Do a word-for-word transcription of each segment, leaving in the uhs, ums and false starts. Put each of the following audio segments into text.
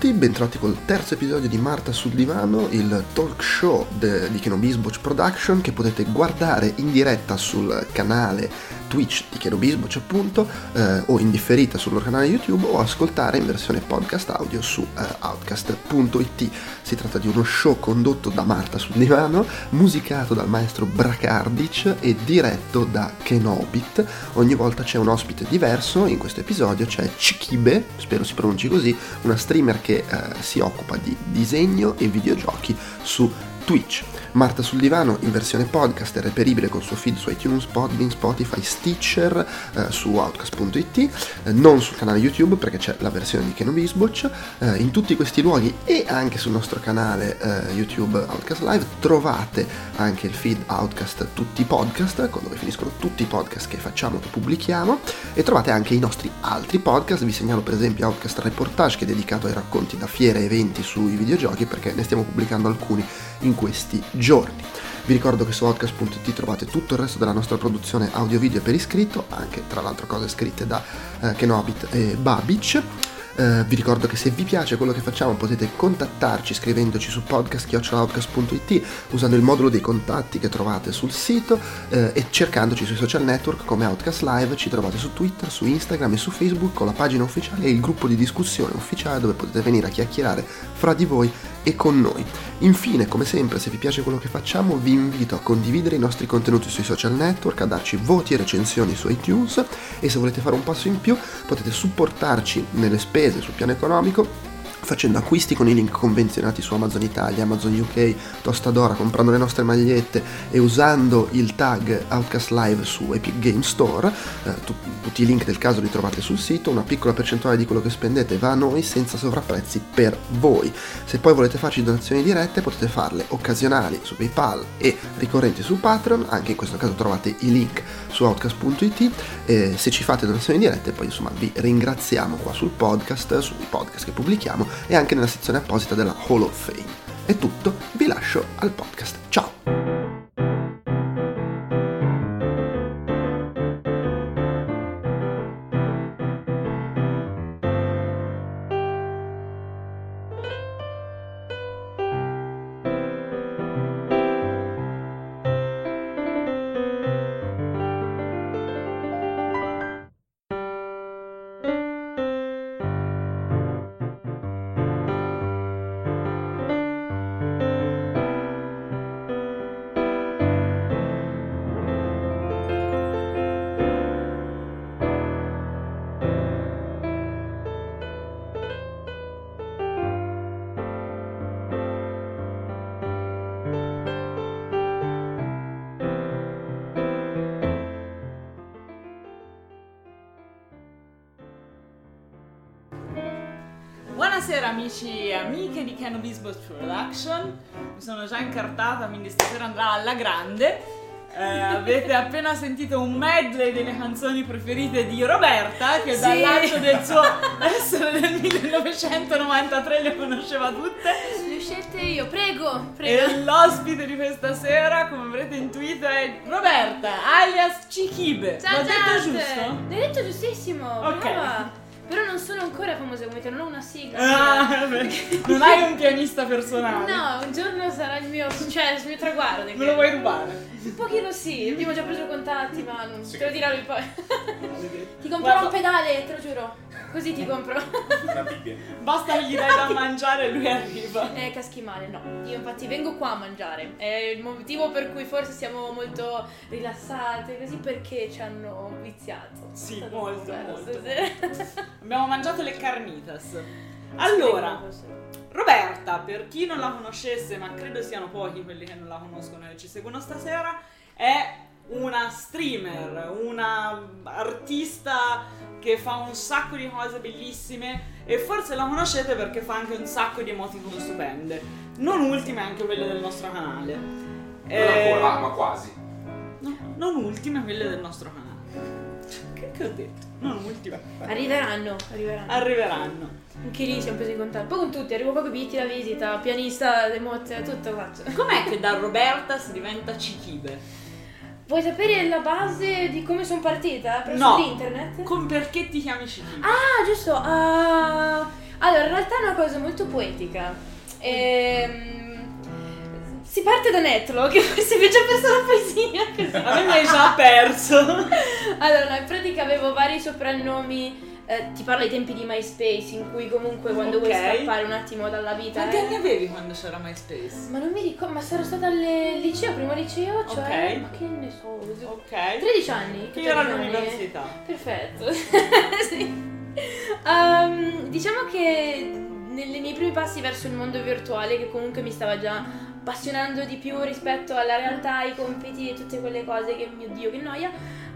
tutti, bentrovati col terzo episodio di Marta sul divano, il talk show de- di Kenobisboch Production che potete guardare in diretta sul canale Twitch di Kenobisboch appunto, eh, o in differita sul loro canale YouTube, o ascoltare in versione podcast audio su eh, outcast punto it. Si tratta di uno show condotto da Marta sul divano, musicato dal maestro Bracardic e diretto da Kenobit. Ogni volta c'è un ospite diverso. In questo episodio c'è Chikibe, spero si pronunci così, una streamer che eh, si occupa di disegno e videogiochi su Twitch. Marta sul divano in versione podcast è reperibile col suo feed su iTunes, Podbean, Spotify, Stitcher, eh, su outcast punto it, eh, non sul canale YouTube perché c'è la versione di Kenobisboch. Eh, in tutti questi luoghi e anche sul nostro canale eh, YouTube Outcast Live trovate anche il feed Outcast tutti i podcast, con dove finiscono tutti i podcast che facciamo, che pubblichiamo, e trovate anche i nostri altri podcast. Vi segnalo per esempio Outcast Reportage, che è dedicato ai racconti da fiere e eventi sui videogiochi, perché ne stiamo pubblicando alcuni in questi giorni. Vi ricordo che su outcast punto it trovate tutto il resto della nostra produzione audio-video per iscritto, anche tra l'altro cose scritte da eh, Kenobit e Babic. Uh, vi ricordo che se vi piace quello che facciamo potete contattarci scrivendoci su podcast chiocciola outcast punto it, usando il modulo dei contatti che trovate sul sito, uh, e cercandoci sui social network come Outcast Live. Ci trovate su Twitter, su Instagram e su Facebook con la pagina ufficiale e il gruppo di discussione ufficiale dove potete venire a chiacchierare fra di voi e con noi. Infine, come sempre, se vi piace quello che facciamo vi invito a condividere i nostri contenuti sui social network, a darci voti e recensioni su iTunes, e se volete fare un passo in più potete supportarci nelle spese sul piano economico facendo acquisti con i link convenzionati su Amazon Italia, Amazon U K, Tostadora, comprando le nostre magliette e usando il tag Outcast Live su Epic Game Store. Eh, tu, tutti i link del caso li trovate sul sito. Una piccola percentuale di quello che spendete va a noi senza sovrapprezzi per voi. Se poi volete farci donazioni dirette potete farle occasionali su PayPal e ricorrenti su Patreon. Anche in questo caso trovate i link su outcast punto it. Eh, se ci fate donazioni dirette poi insomma vi ringraziamo qua sul podcast, sui podcast che pubblichiamo e anche nella sezione apposita della Hall of Fame. È tutto, vi lascio al podcast. Ciao! Buonasera amici e amiche di Kenobisboch Production, mi sono già incartata quindi stasera andrà alla grande. Eh, avete appena sentito un medley delle canzoni preferite di Roberta, che sì, dall'alto del suo essere del millenovecentonovantatré le conosceva tutte. Le ho scelte io, prego, prego. E l'ospite di questa sera, come avrete intuito, è Roberta, alias Chikibe. Ciao, L'ho detto giusto? L'hai detto giustissimo, ok. Brava. Però non sono ancora famosa come te, non ho una sigla. Ah, non hai un pianista personale? No, un giorno sarà il mio successo, il mio traguardo. Me lo vuoi rubare? Un pochino sì, abbiamo già preso contatti, ma non sì, te lo dirò lui poi. Ti comprerò Guarda, un pedale, te lo giuro. Così ti compro. Una Bibbia. basta che gli dai da mangiare e lui arriva. Eh, caschi male, no. Io infatti vengo qua a mangiare. È il motivo per cui forse siamo molto rilassate, così, perché ci hanno viziato. Sì, Stato molto, bello molto. stasera. Abbiamo mangiato le carnitas. Allora, Roberta, per chi non la conoscesse, ma credo siano pochi quelli che non la conoscono e ci seguono stasera, è una streamer, una artista che fa un sacco di cose bellissime e forse la conoscete perché fa anche un sacco di emoticon stupende, non ultime anche quelle del nostro canale. Non Eh, ancora, ma quasi. no, non ultime quelle del nostro canale. Che, che ho detto? Non ultime. Arriveranno, arriveranno. Arriveranno. Anche lì siamo presi in contatto. Un po' con tutti, arrivo poco bitti, la visita, pianista, emozione, tutto faccio. Com'è che da Roberta si diventa Chikibe? Vuoi sapere la base di come sono partita? Presso No. l'internet? Con perché ti chiami Chikibe? Ah, giusto. Uh, Allora, in realtà è una cosa molto poetica. Ehm, si parte da Netlog, che forse vi ho già perso la poesia così. A me mi hai già perso. Allora, in pratica avevo vari soprannomi. Eh, ti parlo ai tempi di MySpace, in cui comunque quando vuoi Ok. scappare un attimo dalla vita. Quanti eh, anni avevi quando c'era MySpace? Ma non mi ricordo, ma sarò stata al liceo, primo liceo, cioè. Ok. Ma che ne so. Ok. tredici anni. Io ero quattordici anni. all'università. Perfetto. Sì. Ehm, diciamo che nelle miei primi passi verso il mondo virtuale, che comunque mi stava già appassionando di più rispetto alla realtà, ai compiti e tutte quelle cose che, mio Dio, che noia,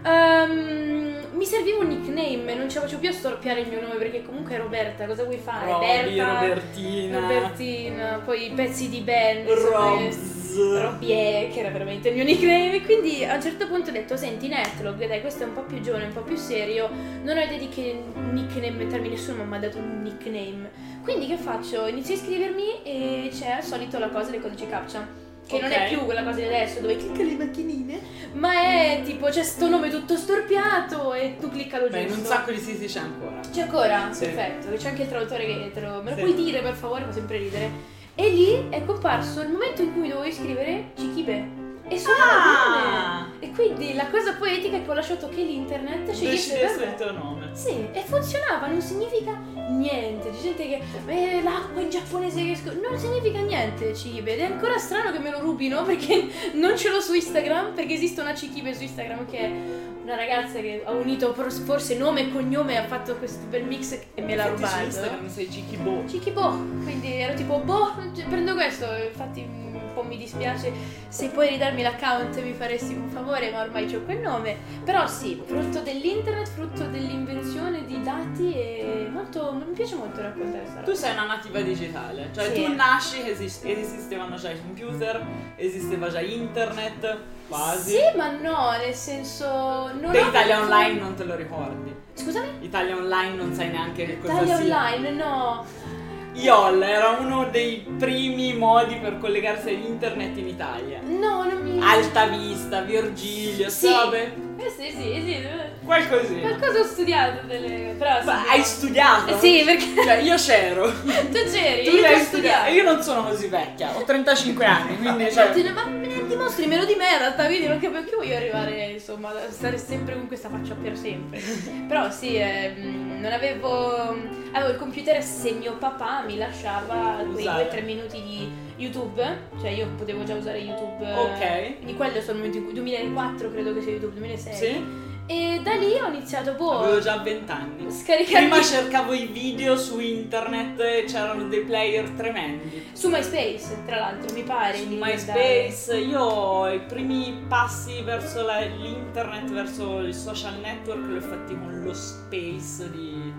ehm, mi serviva un nickname, non ce la facevo più a storpiare il mio nome, perché comunque è Roberta, cosa vuoi fare? Roby, Berta, Robertina. Robertina, poi pezzi di band, Robs. Robbie, che era veramente il mio nickname. E quindi a un certo punto ho detto: senti, Netlog, dai, questo è un po' più giovane, un po' più serio, non ho idea di che nickname mettermi, nessuno mi ha dato un nickname. Quindi che faccio? Inizio a iscrivermi e c'è al solito la cosa del codice captcha, che non è Ok. più quella cosa di adesso dove clicca le macchinine, ma è tipo c'è sto nome tutto storpiato e tu cliccalo Beh, in giusto. un sacco di siti c'è ancora. C'è ancora? Sì. Perfetto, c'è anche il traduttore che te lo, me lo Sì. puoi dire per favore, fa sempre ridere. E lì è comparso il momento in cui dovevo iscrivere Cichibe. E suonava Ah! bene! E quindi la cosa poetica è che ho lasciato che l'internet scegliesse per Decidesse il me. tuo nome. Sì, e funzionava, non significa niente. C'è gente che eh, l'acqua in giapponese che sc- non significa niente Cichibe. Ed è ancora strano che me lo rubino perché non ce l'ho su Instagram, perché esiste una Cichibe su Instagram che è una ragazza che ha unito for- forse nome e cognome e ha fatto questo bel mix e me l'ha Infatti su rubato. Instagram sei Chikibo. Cichibo, quindi ero tipo boh, prendo questo, infatti un po' mi dispiace, se puoi ridarmi l'account mi faresti un favore, ma ormai c'ho quel nome. Però sì, frutto dell'internet, frutto dell'invenzione di dati e molto, mi piace molto raccontare questa Tu roba. sei una nativa digitale, cioè Sì. tu nasci, esist- esistevano già i computer, esisteva già internet, quasi. Sì, ma no, nel senso non Te ho Italia avuto- Online non te lo ricordi. Scusami? Italia Online non sai neanche che cosa Italia sia. Online, no. I O L era uno dei primi modi per collegarsi all'internet in Italia. No, non mi... Alta Vista, Virgilio, Sì. robe. Eh sì, sì, sì. Qualcosina. Qualcosa ho studiato delle... Però sì, Ma no. hai studiato? Eh sì, perché... Cioè, io c'ero. Tu c'eri, Tu io l'hai ho studiato. studiato. E io non sono così vecchia, ho trentacinque anni, quindi cioè. Te ne- Ma me ne dimostri meno di me in realtà, quindi non capisco perché voglio arrivare, insomma, a stare sempre con questa faccia per sempre. Però sì, ehm, non avevo... Avevo il computer se mio papà mi lasciava quei Usare. due tre minuti di YouTube, cioè io potevo già usare YouTube. Ok. Quindi quello è stato il momento in cui... duemilaquattro credo che sia YouTube, duemilasei. Sì? E da lì ho iniziato, boh... Avevo già vent'anni. Scaricarmi Prima cercavo i video su internet e c'erano dei player tremendi. su MySpace, tra l'altro, mi pare. Su di MySpace, io i primi passi verso la- l'internet, verso il social network li ho fatti con lo Space di,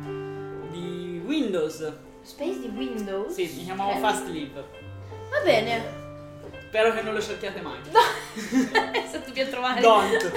di Windows. Space di Windows? Sì, mi chiamavo Ok. Fast Live. Va bene. Spero che non lo cerchiate mai. È stato più a trovare. Don't.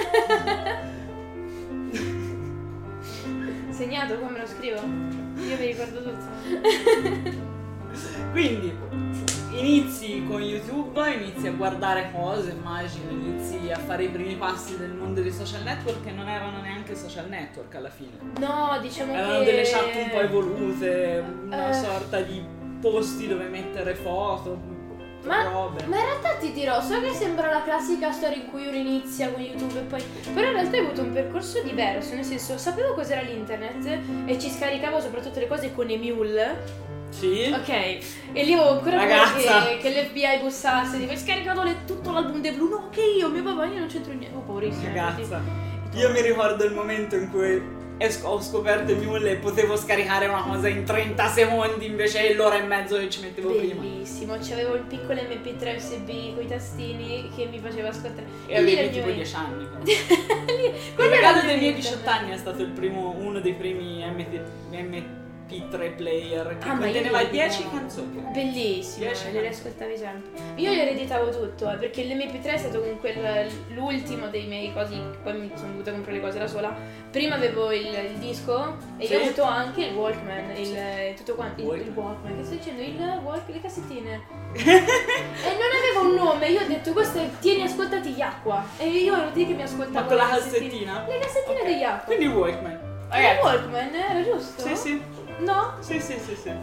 Segnato, come lo scrivo? Io mi ricordo tutto. Quindi inizi con YouTube, inizi a guardare cose, immagino, inizi a fare i primi passi del mondo dei social network che non erano neanche social network alla fine. No, diciamo Erano che... delle chat un po' evolute, una Eh. sorta di posti dove mettere foto, Ma, robe. ma in realtà ti dirò, so che sembra la classica storia in cui uno inizia con YouTube e poi... Però in realtà ho avuto un percorso diverso, nel senso, sapevo cos'era l'internet e ci scaricavo soprattutto le cose con Emule. Sì? Ok, e lì avevo ancora paura Ragazza. che, che l'F B I bussasse, tipo hai scaricato le- tutto l'album dei Blue, no che io, mio papà, io non c'entro niente, ho paurissima. Ragazza, io mi ricordo il momento in cui es- ho scoperto Mule e potevo scaricare una cosa in trenta secondi invece l'ora e mezzo che ci mettevo prima. Bellissimo, c'avevo il piccolo M P tre U S B con i tastini che mi faceva ascoltare. E lì era avevi il tipo mio- dieci anni. Lì- Il quello era regalo il dei miei internet. diciotto anni è stato il primo, uno dei primi M P tre player che Ah, ma io conteneva li dieci ereditavo. canzoni. Bellissimo, Dieci le anni. riascoltavi sempre. Io li ereditavo tutto, eh, perché l'M P tre è stato comunque il- l'ultimo dei miei cosi, poi mi sono dovuta comprare le cose da sola. Prima avevo il, il disco e Sì. io ho avuto anche il Walkman, il, tutto quanto, il, Walkman. il Walkman, che sto dicendo? Il Walk, le cassettine. E non avevo un nome, io ho detto questo è tieni ascoltati gli Acqua. E io ero lì che mi ascoltavo Ma con la le cassettine. cassettina? Le cassettine Ok. degli Acqua. Quindi Walkman. Il Ragazzi. Walkman era giusto? Sì, sì. No? Sì, sì, sì, sì.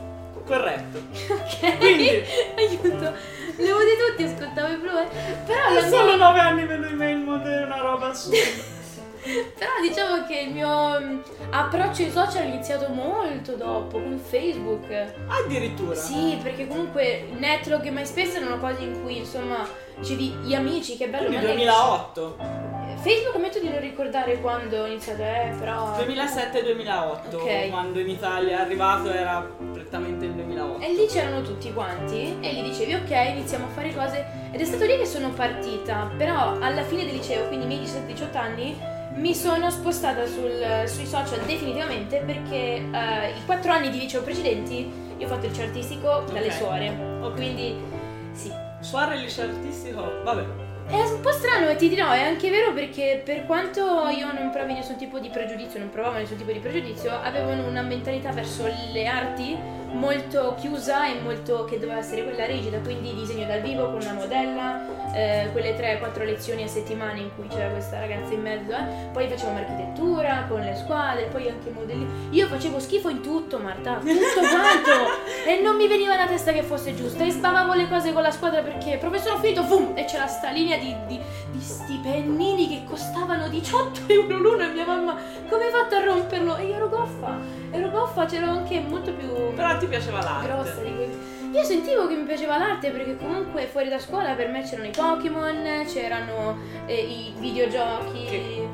Corretto. Ok. Quindi Aiuto. Levo di tutti, ascoltavo i blu. eh. Però ho la solo mia... nove anni vedo email mode, è una roba assurda. Però diciamo che il mio mm, approccio ai social è iniziato molto dopo, con Facebook. Addirittura. Sì, perché comunque Netlog e MySpace erano cose in cui insomma dicevi gli amici, che bello. Quindi ma lei- duemilaotto. Facebook ammetto di non ricordare quando ho iniziato, eh, però... duemilasette duemilaotto, Ok. quando in Italia è arrivato era prettamente il duemilaotto. E lì c'erano tutti quanti e gli dicevi ok, iniziamo a fare cose ed è stato lì che sono partita, però alla fine del liceo, quindi i miei diciassette diciotto anni, mi sono spostata sul- sui social definitivamente perché eh, i quattro anni di liceo precedenti io ho fatto il liceo artistico dalle Ok. suore, Ok. quindi sì. Suare il liceo artistico, vabbè. È un po' strano e ti dirò, è anche vero perché per quanto io non provi nessun tipo di pregiudizio, non provavo nessun tipo di pregiudizio, avevano una mentalità verso le arti molto chiusa e molto che doveva essere quella rigida, quindi disegno dal vivo con una modella, eh, quelle tre quattro lezioni a settimana in cui c'era questa ragazza in mezzo, eh. Poi facevamo architettura con le squadre, poi anche modelli. Io facevo schifo in tutto, Marta, tutto quanto e non mi veniva la testa che fosse giusta e sbavavo le cose con la squadra perché professore ho finito, boom, e c'era sta linea di, di, di sti pennini che costavano diciotto euro l'uno e mia mamma come hai fatto a romperlo? E io ero goffa, ero goffa, c'ero anche molto più Però ti piaceva l'arte. grossa di così. Io sentivo che mi piaceva l'arte perché comunque fuori da scuola per me c'erano i Pokémon, c'erano eh, i videogiochi. Che-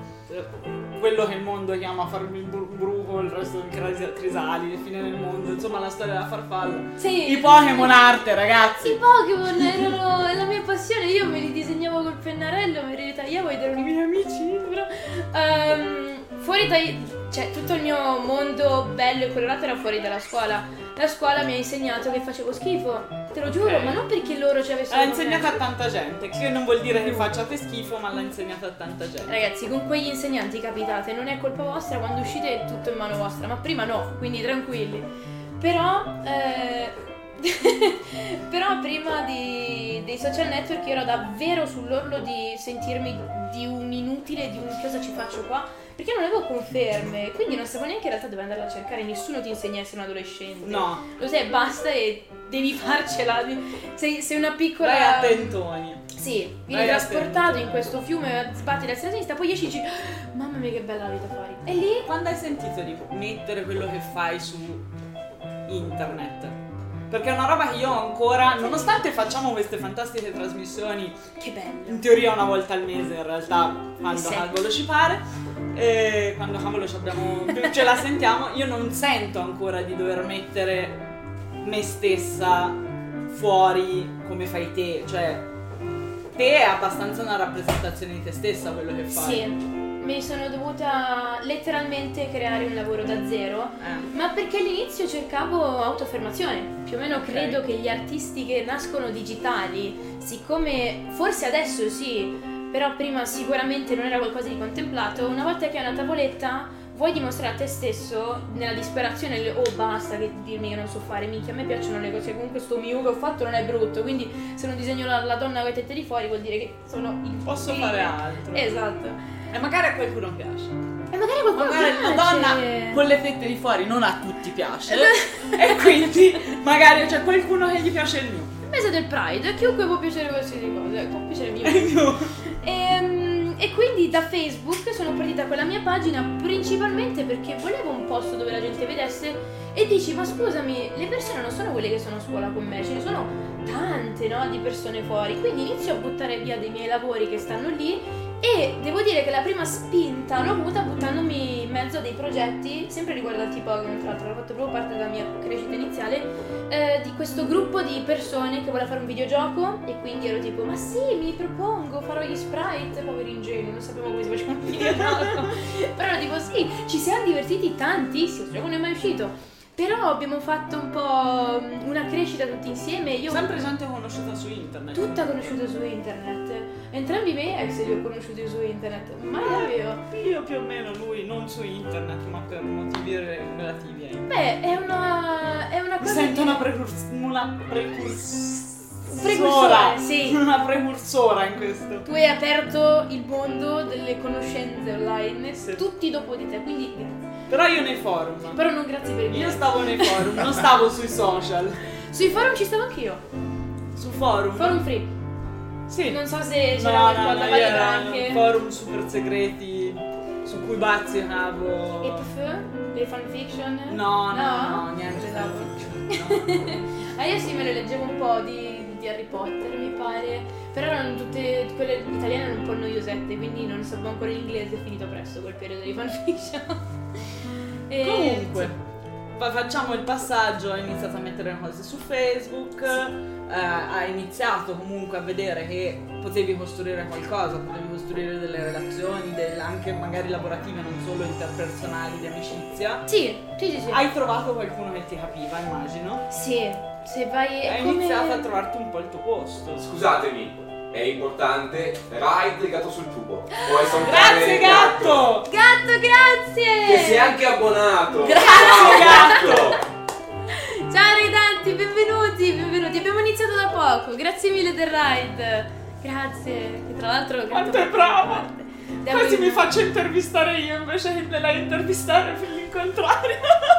Quello che il mondo chiama farmi il bru- bruco, il resto del cras- crisali, il fine del mondo, insomma la storia della farfalla. Sì. I Pokémon arte, ragazzi. I Pokémon erano la mia passione, io me li disegnavo col pennarello, me li ritagliavo ed erano i miei amici, però ehm, fuori dai, cioè tutto il mio mondo bello e colorato era fuori dalla scuola. La scuola mi ha insegnato che facevo schifo, te lo giuro, Ok. ma non perché loro ci avessero L'ha insegnata a tanta gente, che non vuol dire che facciate schifo, ma l'ha insegnata a tanta gente. Ragazzi, con quegli insegnanti capitate, non è colpa vostra, quando uscite è tutto in mano vostra, ma prima no, quindi tranquilli. Però, eh, però prima di- dei social network io ero davvero sull'orlo di sentirmi di un inutile, di un cosa ci faccio qua, perché non avevo conferme, quindi non sapevo neanche in realtà dove andarla a cercare, nessuno ti insegna a essere un adolescente. No, Lo sai, basta e devi farcela. Sei, sei una piccola... vai a tentoni. Sì, vieni Vai a trasportato tentoni. in questo fiume, sbatti destra e sinistra, poi esci e dici mamma mia che bella la vita fuori. E lì Quando hai sentito di mettere quello che fai su internet? Perché è una roba che io ancora, nonostante facciamo queste fantastiche trasmissioni, che bello. in teoria una volta al mese, in realtà quando Sì. cavolo ci pare, e quando cavolo ci abbiamo, ce la sentiamo, io non sento ancora di dover mettere me stessa fuori come fai te, cioè te è abbastanza una rappresentazione di te stessa quello che fai. Sì, mi sono dovuta letteralmente creare un lavoro da zero, Eh. ma perché all'inizio cercavo autoaffermazione. Più o meno Ok. credo che gli artisti che nascono digitali, siccome forse adesso sì, però prima sicuramente non era qualcosa di contemplato, una volta che hai una tavoletta vuoi dimostrare a te stesso nella disperazione le- oh basta che dirmi che non so fare, minchia a me piacciono le cose, comunque sto mio che ho fatto non è brutto, quindi se non disegno la, la donna con le tette di fuori vuol dire che sono il Posso figlio. fare altro. Esatto. E magari a qualcuno piace. E magari qualcuno Magari piace. una donna con le tette di fuori non a tutti piace. E quindi magari c'è qualcuno che gli piace il mio. Il mese del Pride, a chiunque può piacere qualsiasi cosa, può piacere mio. Il mio. Ehm, E quindi da Facebook sono partita con la mia pagina principalmente perché volevo un posto dove la gente vedesse e dici ma scusami, le persone non sono quelle che sono a scuola con me, ce ne sono tante, no, di persone fuori, quindi inizio a buttare via dei miei lavori che stanno lì e devo dire che la prima spinta l'ho avuta buttandomi in mezzo a dei progetti sempre riguardanti Pokémon, tra l'altro l'ho fatto proprio parte della mia crescita iniziale, eh, di questo gruppo di persone che voleva fare un videogioco e quindi ero tipo ma sì, mi propongo, farò gli sprite, poveri ingenui, non sapevo come si faceva un videogioco però ero tipo sì, ci siamo divertiti tantissimo, questo gioco non è mai uscito. Però abbiamo fatto un po' una crescita tutti insieme. Io Sempre gente conosciuta su internet. tutta conosciuta su internet. Entrambi i miei ex li ho conosciuti su internet. Ma davvero? Io più o meno lui, non su internet, ma per motivi relativi a internet. Beh, è una. è una Mi cosa. sento che- una precurs- una precurs- precursora, sì. Una precursora in questo. Tu hai aperto il mondo delle conoscenze online, Sì. tutti dopo di te, quindi grazie. Però io nei forum. Però non grazie per il Io mio. stavo nei forum, non stavo sui social. Sui forum ci stavo anch'io. Su forum? Forum free. Sì. Non so se c'era No, no, qualcosa, no, vale era anche. forum super segreti su cui bazzicavo. E P F? Le fanfiction? No, no, No? no, niente. Pensavo. No. Ah, io sì, me le leggevo un po' di, di Harry Potter, mi pare. Però erano tutte quelle italiane, erano un po' noiosette, quindi non sapevo ancora l'inglese, è finito presto quel periodo di fanfiction. E, Comunque, fa- facciamo il passaggio, ha iniziato a mettere le cose su Facebook, eh, ha iniziato comunque a vedere che potevi costruire qualcosa, potevi costruire delle relazioni, del- anche magari lavorative, non solo interpersonali, di amicizia. Sì, sì, sì, sì. Hai trovato qualcuno che ti capiva, immagino. Sì, se vai... è Hai come... iniziato a trovarti un po' il tuo posto. Scusatemi, è importante, Ride gatto sul tubo. Puoi salutare Grazie il gatto! Gatto, grazie! Che si è anche abbonato. Grazie, Ciao, gatto! Ciao redanti, benvenuti, benvenuti. Abbiamo iniziato da poco, grazie mille del ride. Grazie, che tra l'altro... Quanto gatto è brava! forte. Devo Quasi dire- mi faccio intervistare io invece che me lei intervistare per l'incontrare.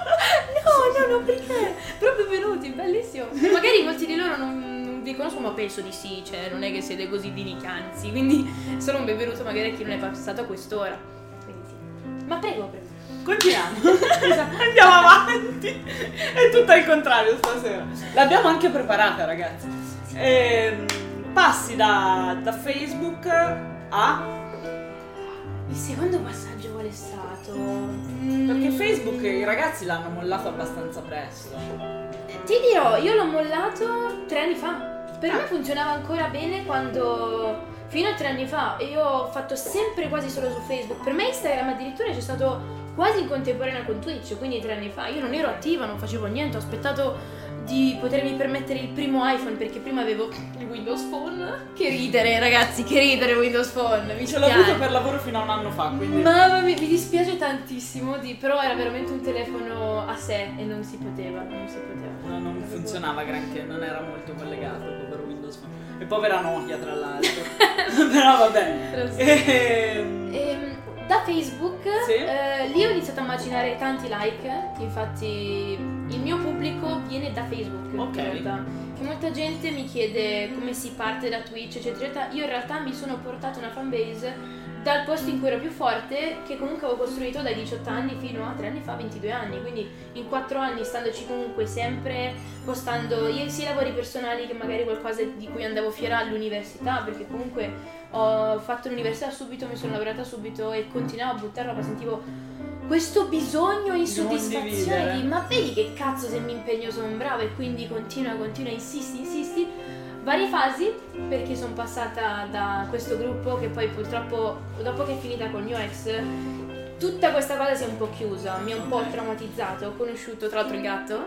No, no, no, perché? Però benvenuti, bellissimo. Magari molti di loro non, non vi conoscono, ma penso di sì, cioè non è che siete così dinicanzi, quindi solo un benvenuto magari a chi non è passato a quest'ora. Quindi sì. Ma prego, prego. Continuiamo. Andiamo avanti. È tutto al contrario stasera. L'abbiamo anche preparata, ragazzi. Ehm, passi da, da Facebook a... Il secondo passaggio qual è stato? Mm, Perché Facebook i ragazzi l'hanno mollato abbastanza presto. Ti dirò, io l'ho mollato tre anni fa. Per Ah. me funzionava ancora bene quando... Fino a tre anni fa. E io ho fatto sempre quasi solo su Facebook. Per me Instagram addirittura c'è stato quasi in contemporanea con Twitch, quindi tre anni fa. Io non ero attiva, non facevo niente, ho aspettato di potermi permettere il primo iPhone perché prima avevo il Windows Phone. Che ridere ragazzi, che ridere Windows Phone, mi Ce l'ho avuto spiace. per lavoro fino a un anno fa, quindi... Mamma mia, mi dispiace tantissimo, di, però era veramente un telefono a sé e non si poteva, non si poteva. No, non funzionava granché, non era molto collegato il povero Windows Phone. E povera Nokia tra l'altro. Però vabbè. Però sì. Ehm, Ehm, da Facebook, Sì. eh, lì ho iniziato a immaginare tanti like, infatti il mio pubblico viene da Facebook, Ok. in realtà. Che molta gente mi chiede come si parte da Twitch, eccetera, eccetera. Io in realtà mi sono portata una fanbase dal posto in cui ero più forte, che comunque avevo costruito dai diciotto anni fino a tre anni fa, ventidue anni, quindi in quattro anni standoci comunque sempre, postando io sia lavori personali che magari qualcosa di cui andavo fiera all'università, perché comunque ho fatto l'università subito, mi sono laureata subito e continuavo a buttare roba, sentivo questo bisogno, insoddisfazione condividere. di ma vedi che cazzo se mi impegno sono brava, e quindi continua, continua, insisti, insisti. Varie fasi, perché sono passata da questo gruppo che poi purtroppo dopo che è finita con il mio ex tutta questa cosa si è un po' chiusa, mi ha un po' traumatizzato. Ho conosciuto tra l'altro il gatto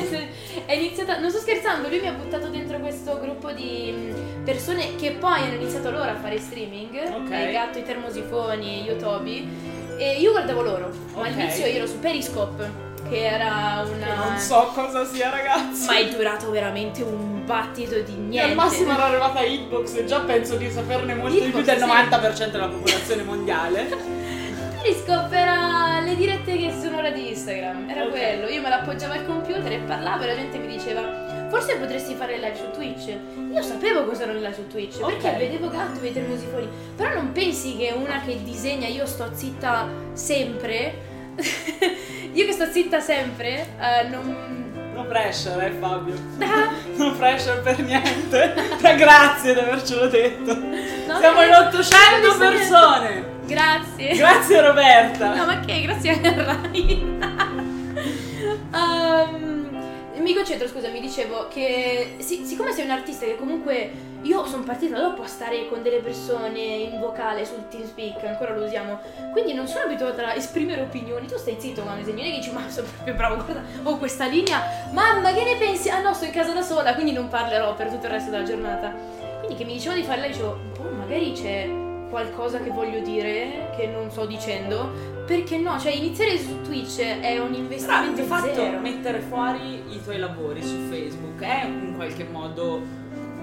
è iniziata, non sto scherzando, lui mi ha buttato dentro questo gruppo di persone che poi hanno iniziato loro a fare streaming, Ok. il gatto, i termosifoni, io Toby, e io guardavo loro, ma Ok. all'inizio io ero su Periscope, che era una... non so cosa sia, ragazzi. ma è durato veramente un battito di Io niente. al massimo ero arrivata a Hitbox e già penso di saperne molto di più Hitbox, del sì. novanta per cento della popolazione mondiale. Periscope era le dirette che sono ora di Instagram, era Ok. quello. Io me l'appoggiavo al computer e parlavo e la gente mi diceva forse potresti fare live su Twitch. Io sapevo cosa erano le live su Twitch perché Ok. vedevo gatto, vedevo i termosifoni. Però non pensi che una che disegna, io sto zitta sempre. Io che sto zitta sempre, eh, non... No pressure, eh Fabio. Ah, No pressure per niente. Ma grazie di avercelo detto. no, Siamo perché- in ottocento non mi persone. Grazie. Grazie Roberta. No, ma che? Grazie a Rai. um, mi concentro, scusa, mi dicevo che sì, siccome sei un artista che comunque io sono partita dopo a stare con delle persone in vocale sul TeamSpeak, ancora lo usiamo, quindi non sono abituata a esprimere opinioni. Tu stai zitto quando disegni, non è che dici ma sono proprio bravo, guarda, ho questa linea, mamma che ne pensi? Ah no, sto in casa da sola, quindi non parlerò per tutto il resto della giornata. Quindi che mi dicevo di farla, dicevo, boh, magari c'è qualcosa che voglio dire che non sto dicendo, perché no? Cioè iniziare su Twitch è un Però investimento di fatto zero. mettere fuori i tuoi lavori su Facebook è in qualche modo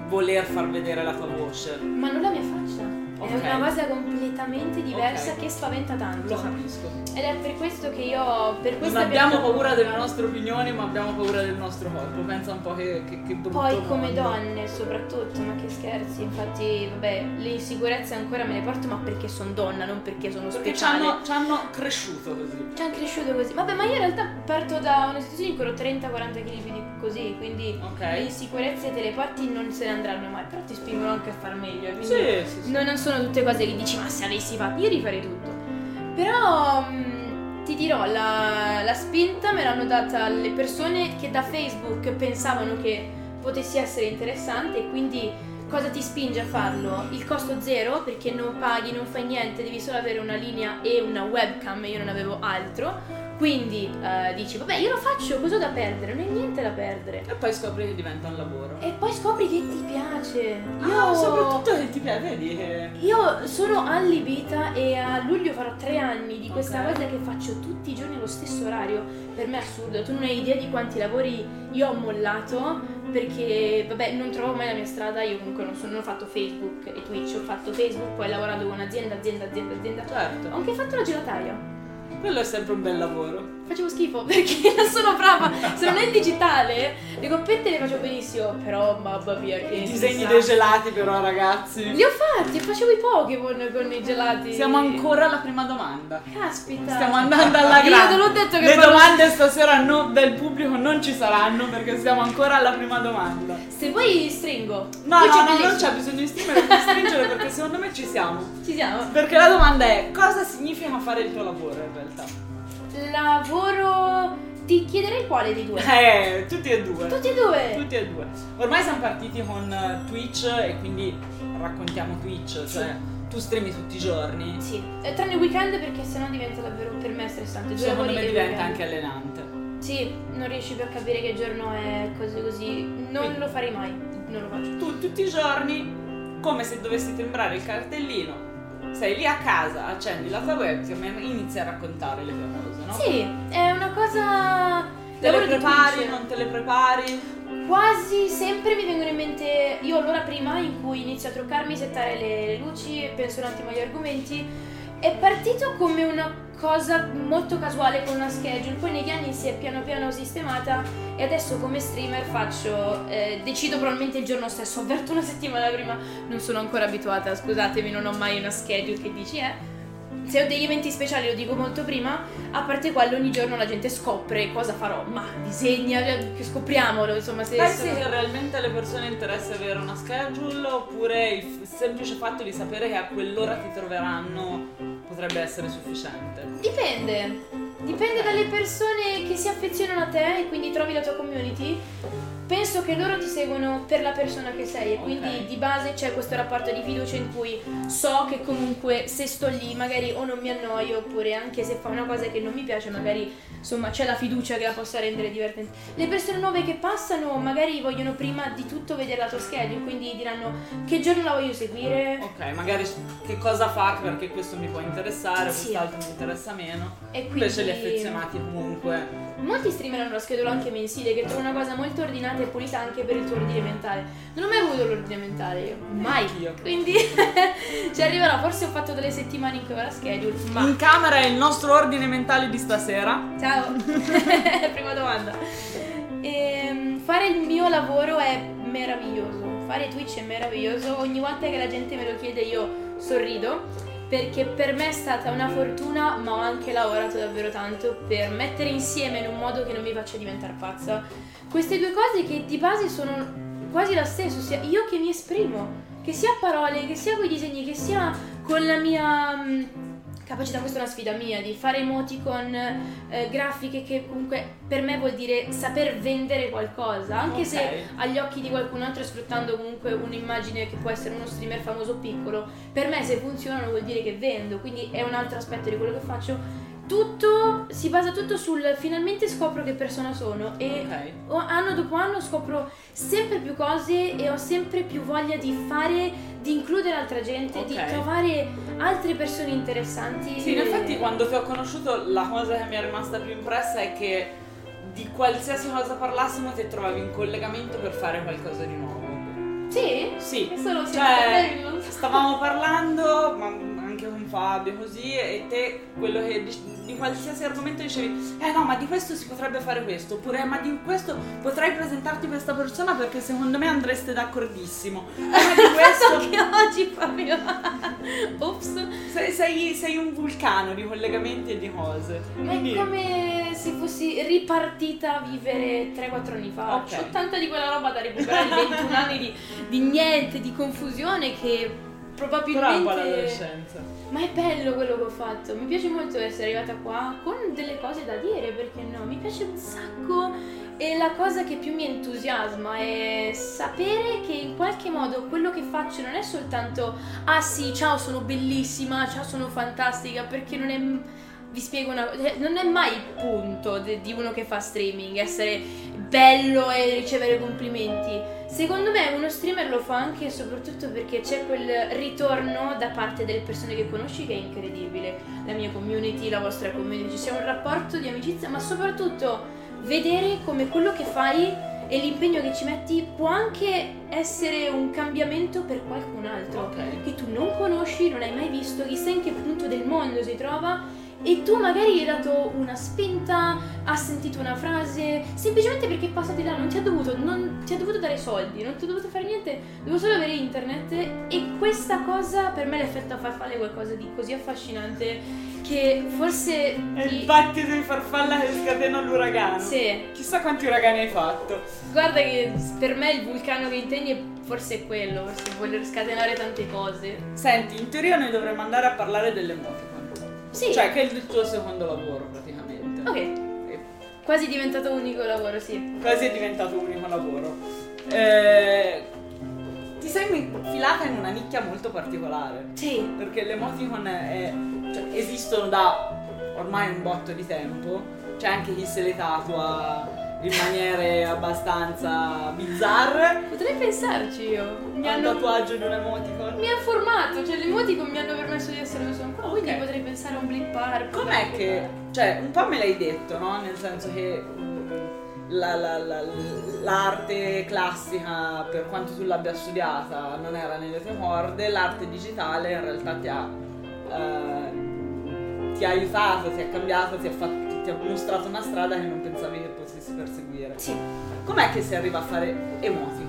voler far vedere la tua voce. Ma non la mia faccia. Okay. È una cosa completamente diversa, Okay. che spaventa tanto. Lo capisco. Ed è per questo che io per Non questa abbiamo abbiamo- paura delle nostre opinioni, ma abbiamo paura del nostro corpo. Pensa un po' che, che, che brutto Poi come mondo. donne soprattutto, ma che scherzi, infatti vabbè, le insicurezze ancora me le porto, ma perché sono donna, non perché sono Perché ci speciale. hanno, ci hanno cresciuto così. Ci hanno cresciuto così. Vabbè, ma io in realtà parto da una situazione in cui ho trenta quaranta chili più di così, quindi Ok. le insicurezze te le porti, non se ne andranno mai, però ti spingono anche a far meglio. Quindi Sì, sì, sì. non non sono tutte cose che dici, ma se avessi fatto, io rifarei tutto. Però mh, ti dirò, la, la spinta me l'hanno data le persone che da Facebook pensavano che potessi essere interessante, e quindi cosa ti spinge a farlo? Il costo zero, perché non paghi, non fai niente, devi solo avere una linea e una webcam, io non avevo altro. Quindi eh, dici, vabbè, io lo faccio, cosa ho da perdere? Non hai niente da perdere. E poi scopri che diventa un lavoro. E poi scopri che ti piace. Io Ah, soprattutto che ti piace, vedi che... Io sono allibita e a luglio farò tre anni di questa Ok. cosa che faccio tutti i giorni allo stesso orario. Per me è assurdo, tu non hai idea di quanti lavori io ho mollato perché, vabbè, non trovavo mai la mia strada. Io comunque non, sono, non ho fatto Facebook e Twitch, ho fatto Facebook, poi ho lavorato con azienda, azienda, azienda, azienda. Ho Certo, anche fatto la gelataia. quello è sempre un bel lavoro. Facevo schifo perché non sono brava. Se non è digitale, le coppette le faccio benissimo, però mamma mia che I disegni disastro. dei gelati però, ragazzi. Li ho fatti, facevo i Pokémon con i gelati. Siamo ancora alla prima domanda. Caspita. Stiamo andando alla Io grande. te l'ho detto che Le parlo- domande stasera no- del pubblico non ci saranno perché siamo ancora alla prima domanda. Se vuoi stringo. No, Qui no, c'è no, bellissimo. non c'è bisogno di stringere, di stringere perché secondo me ci siamo. Ci siamo. Perché la domanda è: cosa significa fare il tuo lavoro in realtà? Lavoro. Ti chiederei quale dei due. Eh, tutti e due. Tutti e due. Tutti e due. Ormai siamo partiti con eh, Twitch e quindi raccontiamo Twitch, cioè tu streami tutti i giorni. Sì. Eh, tranne il weekend perché sennò diventa davvero per me stressante. Due Secondo lavori me e diventa weekend. anche allenante. Sì, non riesci più a capire che giorno è, cose così. Non Quindi- lo farei mai. Non lo faccio. Tu tutti i giorni, come se dovessi timbrare il cartellino, sei lì a casa, accendi la tua webcam e inizi a raccontare le tue cose, no? Sì, è una cosa. Te le lavoro di prepari, Twitch. non te le prepari? Quasi sempre mi vengono in mente, io ho l'ora prima in cui inizio a truccarmi, settare le, le luci, penso un attimo agli argomenti. È partito come una cosa molto casuale con una schedule, poi negli anni si è piano piano sistemata e adesso come streamer faccio, eh, decido probabilmente il giorno stesso, avverto una settimana prima, non sono ancora abituata, scusatemi, non ho mai una schedule che dici eh. Se ho degli eventi speciali lo dico molto prima, a parte quello ogni giorno la gente scopre cosa farò, ma disegna, che scopriamolo, insomma se... Pensi se- che realmente alle persone interessa avere una schedule oppure il f- semplice fatto di sapere che a quell'ora ti troveranno potrebbe essere sufficiente? Dipende, dipende dalle persone che si affezionano a te e quindi trovi la tua community. Penso che loro ti seguono per la persona che sei e quindi Ok. di base c'è questo rapporto di fiducia in cui so che comunque se sto lì magari o non mi annoio oppure anche se fa una cosa che non mi piace magari insomma c'è la fiducia che la possa rendere divertente. Le persone nuove che passano magari vogliono prima di tutto vedere la tua schedule, quindi diranno che giorno la voglio seguire Ok, magari che cosa fa perché questo mi può interessare, Sì. quest'altro mi interessa meno. e quindi... Invece gli affezionati comunque. Molti streamer hanno la schedula anche mensile che trovo una cosa molto ordinata e pulita anche per il tuo ordine mentale. Non ho mai avuto l'ordine mentale io, mai. Io. Quindi ci arriverò, forse ho fatto delle settimane in cui ho la schedule, ma... In camera è il nostro ordine mentale di stasera. Ciao! Prima domanda. Ehm, fare il mio lavoro è meraviglioso, fare Twitch è meraviglioso, ogni volta che la gente me lo chiede io sorrido. Perché per me è stata una fortuna, ma ho anche lavorato davvero tanto per mettere insieme in un modo che non mi faccia diventare pazza queste due cose che di base sono quasi la stessa, ossia io che mi esprimo, che sia a parole, che sia con i disegni, che sia con la mia mh, capacità, questa è una sfida mia, di fare emoticon, eh, grafiche, che comunque per me vuol dire saper vendere qualcosa, anche Ok. se agli occhi di qualcun altro, sfruttando comunque un'immagine che può essere uno streamer famoso o piccolo, per me se funzionano vuol dire che vendo, quindi è un altro aspetto di quello che faccio. Tutto si basa tutto sul finalmente scopro che persona sono e Ok. o- anno dopo anno scopro sempre più cose e ho sempre più voglia di fare, di includere altra gente, di Ok. trovare altre persone interessanti. Sì, in E- effetti quando ti ho conosciuto la cosa che mi è rimasta più impressa è che di qualsiasi cosa parlassimo ti trovavi in collegamento per fare qualcosa di nuovo. Sì? Sì. Solo Cioè, senza stavamo parlando, ma anche con Fabio così, e te quello che di, di qualsiasi argomento dicevi, eh no, ma di questo si potrebbe fare questo, oppure ma di questo potrei presentarti questa persona perché secondo me andreste d'accordissimo. Eh, ma di questo che oggi Fabio. Ops. sei, sei, sei un vulcano di collegamenti e di cose. Ma è come se fossi ripartita a vivere tre quattro anni fa. Ok. C'ho tanta di quella roba da recuperare, di ventuno anni di, di niente, di confusione che probabilmente... Però è un po' l'adolescenza. Ma è bello quello che ho fatto, mi piace molto essere arrivata qua con delle cose da dire, perché no? Mi piace un sacco e la cosa che più mi entusiasma è sapere che in qualche modo quello che faccio non è soltanto ah sì, ciao sono bellissima, ciao sono fantastica, perché non è... Vi spiego una cosa, non è mai il punto de- di uno che fa streaming essere bello e ricevere complimenti. Secondo me uno streamer lo fa anche e soprattutto perché c'è quel ritorno da parte delle persone che conosci che è incredibile. La mia community, la vostra community, ci sia un rapporto di amicizia, ma soprattutto vedere come quello che fai e l'impegno che ci metti può anche essere un cambiamento per qualcun altro, Ok. che tu non conosci, non hai mai visto, chissà in che punto del mondo si trova. E tu magari gli hai dato una spinta, ha sentito una frase, semplicemente perché è passato di là, non ti ha dovuto, non ti ha dovuto dare soldi, non ti ha dovuto fare niente, dovevo solo avere internet. E questa cosa per me l'effetto farfalla è qualcosa di così affascinante che forse È ti- il battito di farfalla che scatena l'uragano. Sì, Chissà quanti uragani hai fatto. guarda che per me il vulcano che intendi è forse è quello, forse voler scatenare tante cose. Senti, in teoria noi dovremmo andare a parlare dell'emoticon. Sì, Cioè, che è il tuo secondo lavoro praticamente. ok, E quasi diventato unico lavoro, sì. quasi è diventato un unico lavoro. Eh, ti sei infilata in una nicchia molto particolare. Sì, Perché l'emoticon è, cioè, esistono da ormai un botto di tempo. C'è anche chi se le tatua in maniere abbastanza bizzarre. potrei pensarci io. Mi Un hanno tatuaggio di un emoticon. Mi ha formato, cioè le emoticon mi hanno permesso di essere dove sono qua, Ok. quindi potrei pensare a un blip art. Com'è che, cioè, un po' me l'hai detto, no? Nel senso che la- la- la- l'arte classica, per quanto tu l'abbia studiata, non era nelle tue corde, l'arte digitale in realtà ti ha, eh, ti ha aiutato, ti ha cambiato, ti ha, fatto, ti ha mostrato una strada che non pensavi che potessi perseguire. Sì. Com'è che si arriva a fare emoticon?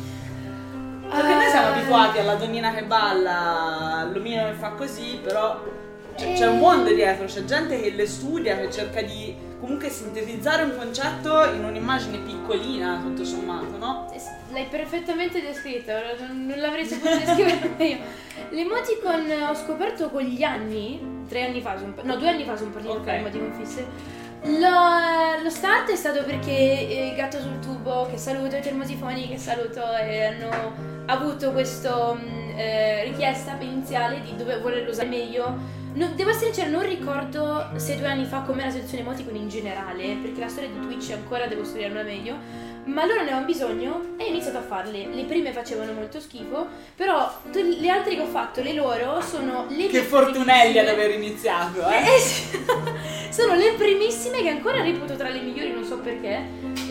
Perché noi siamo Ah, abituati alla donnina che balla, l'omino che fa così, però c'è, Eh. c'è un mondo dietro, c'è gente che le studia, che cerca di comunque sintetizzare un concetto in un'immagine piccolina, tutto sommato, no? L'hai perfettamente descritta, ora non, non l'avrei saputo descrivere io. L'emoticon ho scoperto con gli anni, tre anni fa, sono, no due anni fa sono partita Ok. con l'emoticon fisse. Lo, lo start è stato perché il gatto sul tubo, che saluto, i termosifoni che saluto, e hanno avuto questa richiesta iniziale di dove volerlo usare meglio. Non, devo essere sincera, non ricordo se due anni fa com'era la situazione emoticon in generale, perché la storia di Twitch ancora devo studiarla meglio, ma loro ne avevano bisogno e ho iniziato a farle. Le prime facevano molto schifo, però tu- le altre che ho fatto, le loro, sono le Che mie fortunelli ad primissime. aver iniziato, eh? Eh sì. Sono le primissime che ancora reputo tra le migliori, non so perché.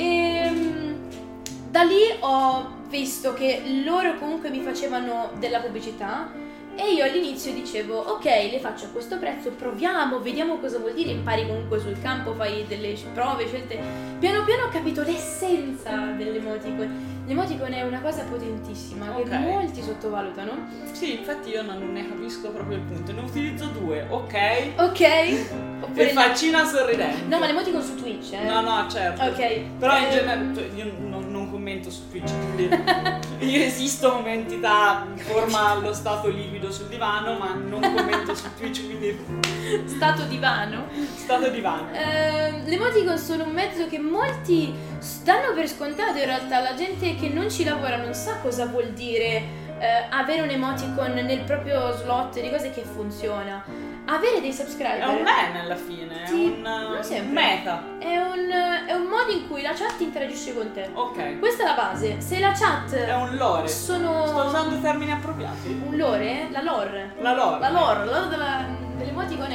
E da lì ho visto che loro comunque mi facevano della pubblicità e io all'inizio dicevo ok, le faccio a questo prezzo, proviamo, vediamo cosa vuol dire, impari comunque sul campo, fai delle prove, scelte. Piano piano ho capito l'essenza dell'emoticon. L'emoticon è una cosa potentissima Ok. che molti sottovalutano. Sì, infatti io non ne capisco proprio il punto, ne utilizzo due, ok? Ok? E Oppure faccina sorridente. no, ma l'emoticon su Twitch, eh? No, no, certo. Ok. Però in Eh, genere, cioè, io non, non commento su Twitch, quindi io esisto come entità in forma allo stato liquido sul divano, ma non commento su Twitch, quindi Stato divano. stato divano. Eh, l'emoticon sono un mezzo che molti danno per scontato, in realtà la gente che non ci lavora non sa cosa vuol dire eh, avere un emoticon nel proprio slot di cose che funziona. Avere dei subscriber È un meme alla fine, è Sì, un, non un sempre. meta. è un, è un modo in cui la chat interagisce con te. Ok. Questa è la base. Se la chat È un lore. sono Sto usando termini appropriati. un lore, la lore. La lore. La lore, la lore della, dell'emoticon è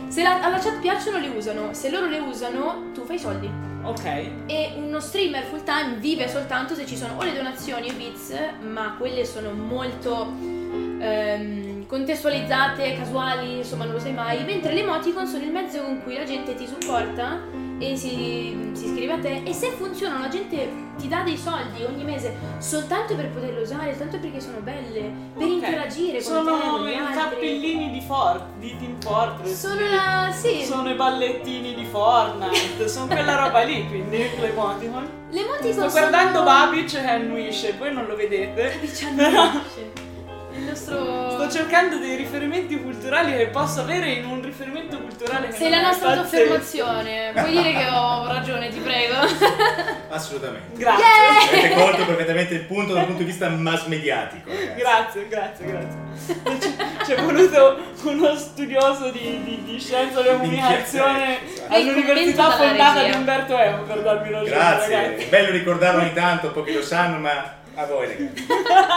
Se la, alla chat piacciono le usano, se loro le usano tu fai soldi. Ok. E uno streamer full time vive soltanto se ci sono o le donazioni o bits, ma quelle sono molto ehm, contestualizzate, casuali, insomma non lo sai mai, mentre le emoticon sono il mezzo con cui la gente ti supporta e si, si iscrive a te, e se funzionano la gente ti dà dei soldi ogni mese soltanto per poterle usare, soltanto perché sono belle, per Ok. interagire con Sono te, con gli i altri. cappellini di, For- di Team Fortress. Sono di- la... sì. Sono i ballettini di Fortnite, sono quella roba lì, quindi l'emoticon. Le emoticon Sto sono... guardando Babic e Handwish, voi non lo vedete. Diciamo Però il nostro... sto cercando dei riferimenti culturali che posso avere in un riferimento culturale che Sei non la è nostra pazzesco. affermazione. Puoi dire che ho ragione, ti prego. Assolutamente. Grazie. Yeah! Avete colto perfettamente il punto dal punto di vista mass mediatico, ragazzi. Grazie, grazie, grazie. C'è, c'è voluto uno studioso di, di, di scienza della comunicazione Esatto. E il all'università commento dalla fondata regia. di Umberto Eco per darmi ragione, Grazie, ragazzi. è bello ricordarlo ogni tanto, pochi lo sanno, ma a voi ragazzi.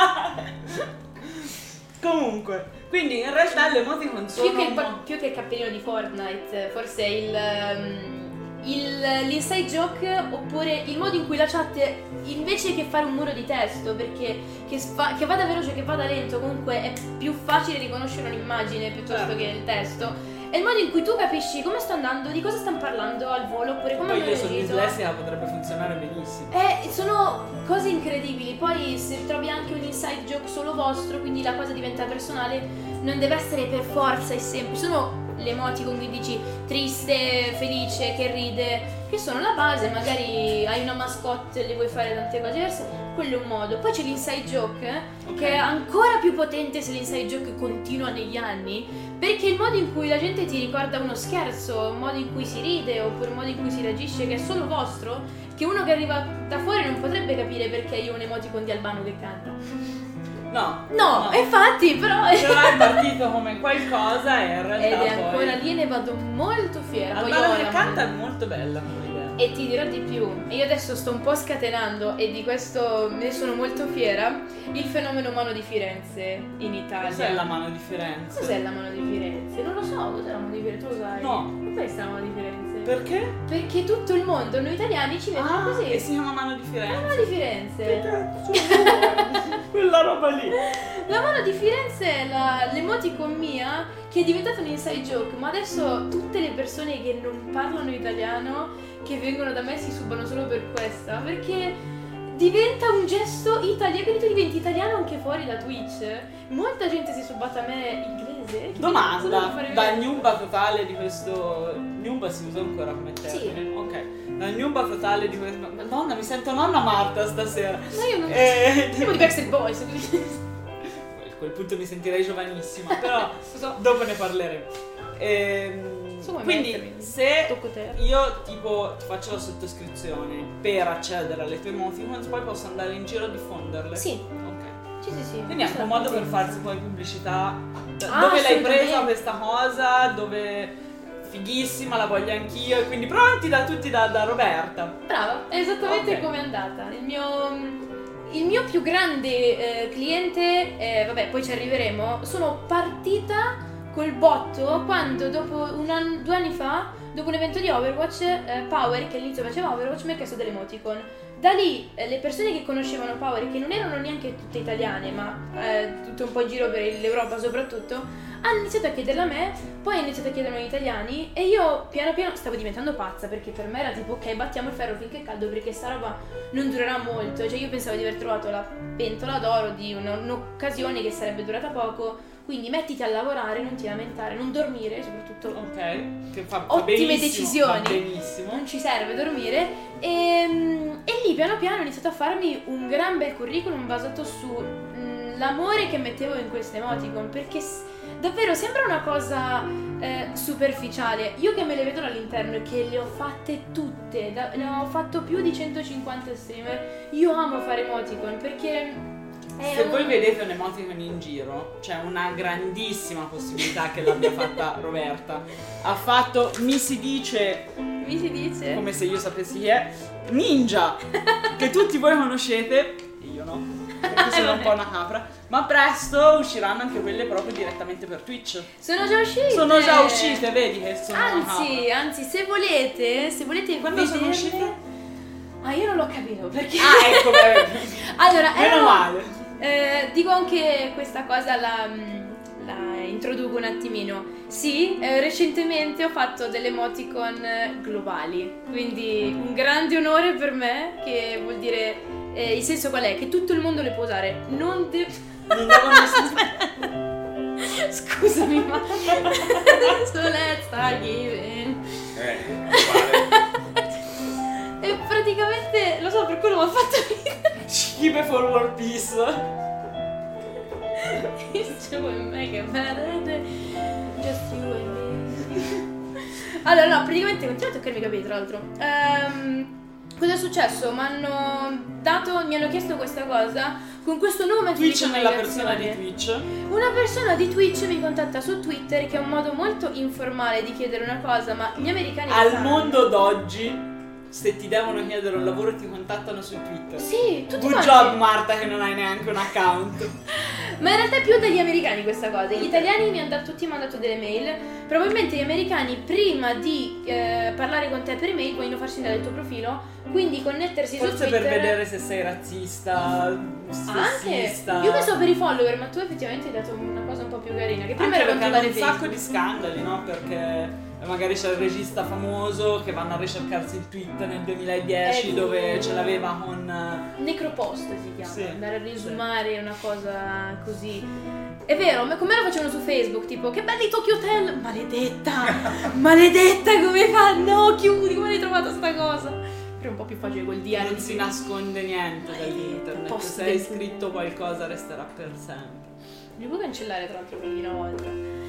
Comunque, quindi in realtà le emoticon sono Più che, il, pa- più che il cappellino di Fortnite, forse è il, um, il, l'inside joke, oppure il modo in cui la chat, invece che fare un muro di testo, perché che, sfa- che vada veloce, che vada lento, comunque è più facile riconoscere un'immagine piuttosto Certo. che il testo. È il modo in cui tu capisci come sto andando, di cosa stanno parlando al volo, oppure come Poi hanno io sono reagito. dislessica, potrebbe funzionare benissimo. Eh, sono cose incredibili. Poi se trovi anche un inside joke solo vostro, quindi la cosa diventa personale, non deve essere per forza e semplice. Sono le emoticon che dici triste, felice, che ride, che sono la base. Magari hai una mascotte e le vuoi fare tante cose diverse, quello è un modo. Poi c'è l'inside joke, eh, Ok. che è ancora più potente se l'inside joke continua negli anni, perché il modo in cui la gente ti ricorda uno scherzo, il modo in cui si ride, oppure il modo in cui si reagisce, che è solo vostro, che uno che arriva da fuori non potrebbe capire perché io ho un emoticon di Albano che canta. No. No, e infatti, però... Però è partito come qualcosa e in realtà Ed è poi... ancora lì e ne vado molto fiera. Poi Albano io che la- canta è molto bella come idea. E ti dirò di più, io adesso sto un po' scatenando e di questo ne sono molto fiera, il fenomeno Mano di Firenze in Italia. Cos'è la mano di Firenze? Cos'è la Mano di Firenze? Non lo so, cos'è la Mano di Firenze? Tu lo sai? No. E questa è la Mano di Firenze? Perché? Perché tutto il mondo, noi italiani ci vediamo Ah, così. e si chiama mano di La Firenze. Mano di Firenze. Cazzo, quella roba lì. La Mano di Firenze è la, l'emoticon mia che è diventata un inside joke, ma adesso tutte le persone che non parlano italiano, che vengono da me, si subano solo per questa, perché diventa un gesto italiano, quindi tu diventi italiano anche fuori da Twitch. Molta gente si è subata a me inglese. che Domanda, volevo fare da vedere. gnuba totale di questo... Gnuba si usa ancora come termine? Ok. La gnuba totale di questo... Madonna, mi sento nonna Marta stasera. Ma io non Eh, tipo di Backstreet Boys. A quel punto mi sentirei giovanissima, però dopo ne parleremo. Ehm, So come quindi mettermi. se Tocco terra. io tipo ti faccio la sottoscrizione per accedere alle tue emoticons, poi posso andare in giro a diffonderle? Sì. Ok. Sì, sì, sì. Quindi è anche un modo per farsi poi pubblicità. Da- Ah, dove l'hai presa assolutamente. questa cosa? Dove fighissima, la voglio anch'io. E quindi pronti da tutti da, da Roberta. Brava, è esattamente Ok. come è andata. Il mio, il mio più grande eh, cliente, eh, vabbè, poi ci arriveremo, sono partita col botto quando dopo un anno, due anni fa, dopo un evento di Overwatch, eh, Power, che all'inizio faceva Overwatch, mi ha chiesto delle emoticon. Da lì eh, le persone che conoscevano Power, che non erano neanche tutte italiane, ma eh, tutte un po' in giro per l'Europa soprattutto, hanno iniziato a chiederla a me, poi hanno iniziato a chiederlo agli italiani e io piano piano stavo diventando pazza, perché per me era tipo ok, battiamo il ferro finché è caldo, perché sta roba non durerà molto. Cioè io pensavo di aver trovato la pentola d'oro di una- un'occasione che sarebbe durata poco, quindi mettiti a lavorare, non ti lamentare, non dormire soprattutto. Ok. Che fa, fa Ottime benissimo, decisioni. Fa benissimo. Non ci serve dormire e, e lì piano piano ho iniziato a farmi un gran bel curriculum basato sull'amore che mettevo in queste emoticon, perché s- davvero sembra una cosa eh, superficiale. Io che me le vedo dall'interno e che le ho fatte tutte, da- ne ho fatto più di centocinquanta streamer, io amo fare emoticon perché è Se un- voi vedete un emoticon in giro, c'è una grandissima possibilità che l'abbia fatta Roberta. Ha fatto, mi si dice, mi si dice come se io sapessi chi è, Ninja, che tutti voi conoscete, io no. perché sono un po' una capra. Ma presto usciranno anche quelle proprio direttamente per Twitch. Sono già uscite. Sono già uscite, vedi che sono una Anzi, capra. anzi, se volete, se volete Quando sono vederle- uscite? Ah, io non l'ho capito perché. Ah, ecco, beh. Allora, Meno erano- male. eh, dico anche questa cosa, la, la introduco un attimino. Sì, eh, recentemente ho fatto delle emoticon globali, quindi un grande onore per me, che vuol dire, eh, il senso qual è? Che tutto il mondo le può usare, non de- Non devono Scusami, ma so let's start giving. Eh, uguale. E praticamente, lo so, per quello mi ha fatto ridere. Keep for world peace. It's you and me che bene. Just you and me. Allora, no, praticamente continuo a toccarmi i capelli, tra l'altro. Ehm, cosa è successo? Mi hanno dato, mi hanno chiesto questa cosa con questo nuovo metodo Twitch di nella persona di comunicazione. Twitch. Una persona di Twitch mi contatta su Twitter, che è un modo molto informale di chiedere una cosa, ma gli americani Al sanno. mondo d'oggi, se ti devono chiedere un lavoro ti contattano su Twitter. Sì, tutti Good quanti. job Marta che non hai neanche un account. Ma in realtà è più degli americani questa cosa. Gli italiani mi hanno dato, tutti mi hanno dato delle mail. Probabilmente gli americani, prima di eh, parlare con te per email, vogliono farsi vedere il tuo profilo, quindi connettersi su Forse Twitter. per vedere se sei razzista, Anche sessista. io pensavo per i follower, ma tu effettivamente hai dato una cosa un po' più carina. Che prima Anche era perché hanno controllare un sacco Facebook. di scandali, no? Perché magari c'è il regista famoso che vanno a ricercarsi il tweet nel duemiladieci Eh, dove sì. ce l'aveva con... eh, Necropost si chiama, Sì, andare a riesumare una cosa così. È vero, ma come lo facevano su Facebook, tipo che belli Tokyo Hotel, maledetta, maledetta come fa, no chiudi, come hai trovato sta cosa? Però è un po' più facile col D R. Non si nasconde niente dall'internet, Post se hai del- scritto qualcosa resterà per sempre. Li puoi cancellare tra l'altro quindi una volta.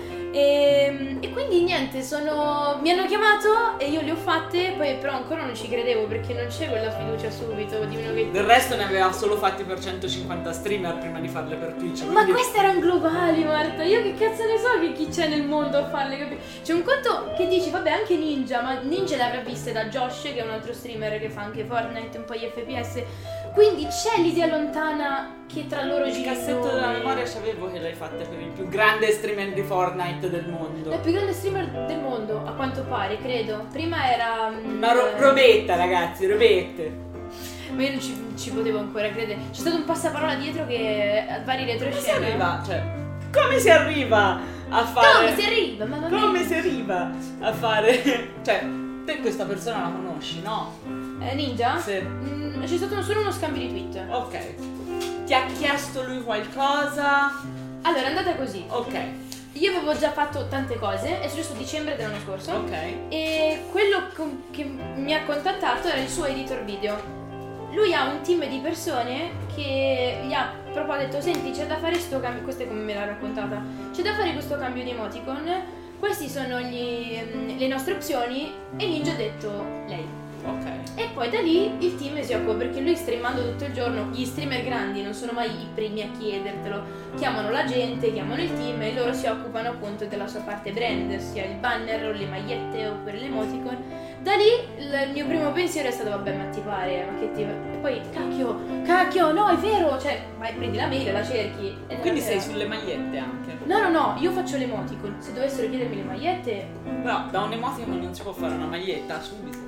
E, e quindi niente, sono. Mi hanno chiamato e io le ho fatte, poi però ancora non ci credevo perché non c'è quella fiducia subito di uno che. Del resto ne aveva solo fatti per centocinquanta streamer prima di farle per Twitch. Ma quindi- queste erano globali, Marta. Io che cazzo ne so che chi c'è nel mondo a farle, capito? C'è un conto che dici, vabbè, anche Ninja, ma Ninja le avrà viste da Josh, che è un altro streamer che fa anche Fortnite, un po' gli F P S. Quindi c'è l'idea lontana che tra loro Il gira cassetto della memoria c'avevo che l'hai fatta per il più grande streamer di Fortnite del mondo. il più grande streamer del mondo, a quanto pare, credo. Prima era. mm, Una ro- eh, robetta, ragazzi, robette. Ma io non ci, ci potevo ancora credere. C'è stato un passaparola dietro che a vari Come si retroscena. arriva? Cioè, come si arriva a fare... Come si arriva? Mamma mia. Come si arriva a fare... Cioè, te questa persona la conosci, no? Eh, Ninja? Sì. Mm, c'è stato solo uno scambio di tweet. Ok. Ti ha chiesto lui qualcosa? Allora, è andata così. Ok, Io avevo già fatto tante cose, è successo a dicembre dell'anno scorso. ok. E quello con- che mi ha contattato era il suo editor video. Lui ha un team di persone che gli ha proprio detto: senti, c'è da fare sto cambio, questo è come me l'ha raccontata, c'è da fare questo cambio di emoticon, questi sono gli- le nostre opzioni, e Ninja ha detto lei. Ok. E poi da lì il team si occupa, perché lui streamando tutto il giorno, gli streamer grandi non sono mai i primi a chiedertelo, chiamano la gente, chiamano il team e loro si occupano appunto della sua parte brand, sia il banner o le magliette oppure l'emoticon. Da lì il mio primo pensiero è stato: vabbè, ma ti pare, ma che ti... E poi cacchio, cacchio, no è vero, cioè vai, prendi la mail, la cerchi e te la Quindi sei crea. sulle magliette anche. No no no, io faccio l'emoticon, se dovessero chiedermi le magliette. Però da un emoticon non si può fare una maglietta subito.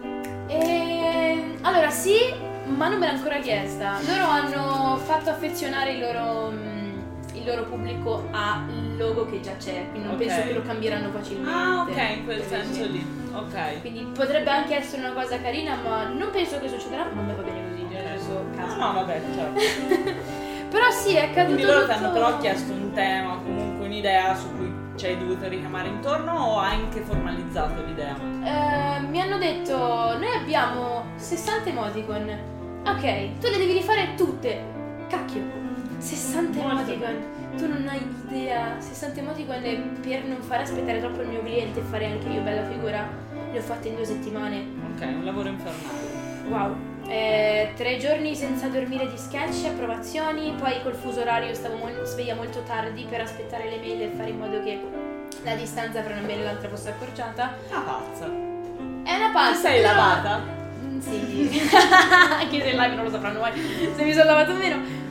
E... Allora sì, ma non me l'ha ancora chiesta. Loro hanno fatto affezionare il loro, mm, il loro pubblico al logo che già c'è, quindi non Ok. penso che lo cambieranno facilmente. Ah, ok, in quel Sì, senso sì. lì. Ok. Quindi potrebbe anche essere una cosa carina, ma non penso che succederà. Ma a me va bene così, nel senso, No, cazzo. no, vabbè, certo. Però sì, è accaduto Quindi loro ti tutto... hanno però chiesto un tema, comunque un'idea su cui ci hai dovuto richiamare intorno, o hai anche formalizzato l'idea? Eh, mi hanno detto: noi abbiamo sessanta emoticon. Ok, tu le devi rifare tutte. Cacchio, sessanta Molto emoticon. Tu non hai idea. sessanta emoticon, e per non far aspettare troppo il mio cliente e fare anche io bella figura, le ho fatte in due settimane. Ok, un lavoro infernale. Wow. Eh, tre giorni senza dormire di sketch, approvazioni, poi col fuso orario stavo mol- sveglia molto tardi per aspettare le mail e fare in modo che la distanza fra una mail e l'altra fosse accorciata. Una pazza. È una Ti pasta. sei però- lavata? Mm, sì, anche se in live non lo sapranno mai se mi sono lavato o meno.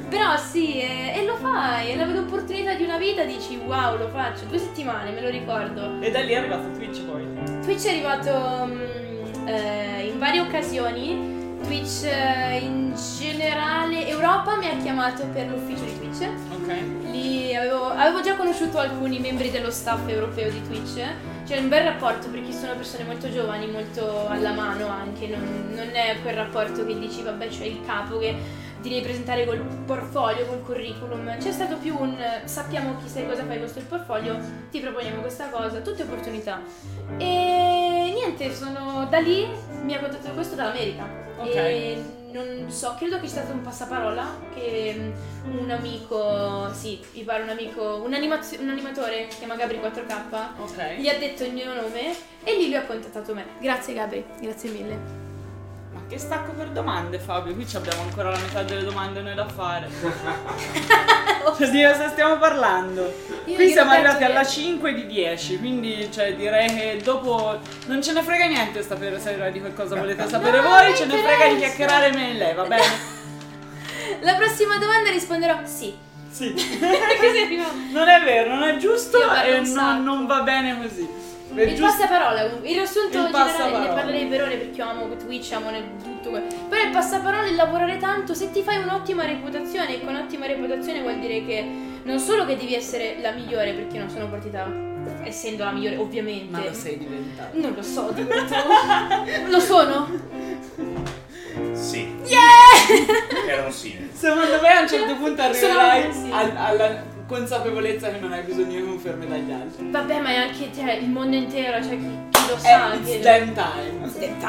Però sì, e, e lo fai, è la l'opportunità di una vita, dici wow, lo faccio. Due settimane, me lo ricordo. E da lì è arrivato Twitch poi. Twitch è arrivato mh, eh, in varie occasioni. Twitch eh, in generale, Europa mi ha chiamato per l'ufficio di Twitch. Ok. Lì avevo, avevo già conosciuto alcuni membri dello staff europeo di Twitch. C'è un bel rapporto perché sono persone molto giovani, molto alla mano anche. Non, non è quel rapporto che dici vabbè c'è il capo che ti devi presentare col portfolio, col curriculum. C'è stato più un sappiamo chi sei, cosa fai, questo è il portfolio, ti proponiamo questa cosa, tutte opportunità. E niente, sono da lì mi ha contattato questo dall'America. Ok. E non so, credo che sia stato un passaparola che un amico, sì, mi pare un amico, un, animazio- un animatore che si chiama Gabri quattro K, Ok. gli ha detto il mio nome e lì lui ha contattato me. Grazie Gabri, grazie mille. Ma che stacco per domande, Fabio? Qui ci abbiamo ancora la metà delle domande noi da fare. Cioè, di cosa stiamo parlando? Io Qui gli siamo ho detto arrivati che- alla cinque di dieci, quindi cioè direi che dopo non ce ne frega niente sapere se di qualcosa volete sapere No, voi, mi ce ne frega di interessa. chiacchierare me e lei, va bene? La prossima domanda risponderò sì. Sì. Così arriviamo. Non è vero, non è giusto Io parlo e un sacco. non, non va bene così. È Il giusto- passaparola, il riassunto Il generale, passaparola. ne parlerei per ore perché io amo Twitch, amo ne- tutto que- però il passaparola è lavorare tanto, se ti fai un'ottima reputazione, e con ottima reputazione vuol dire che non solo che devi essere la migliore, perché io non sono partita essendo la migliore ovviamente. Ma lo sei diventato. Non lo so, dimmi tu. Lo sono? Sì. Yeah! Era un sì. Secondo me a un certo punto Sono arriverai sì. al- alla consapevolezza che non hai bisogno di conferme dagli altri. Vabbè, ma è anche cioè, il mondo intero, cioè chi, chi lo sa. Eh, it's che- damn time. It's damn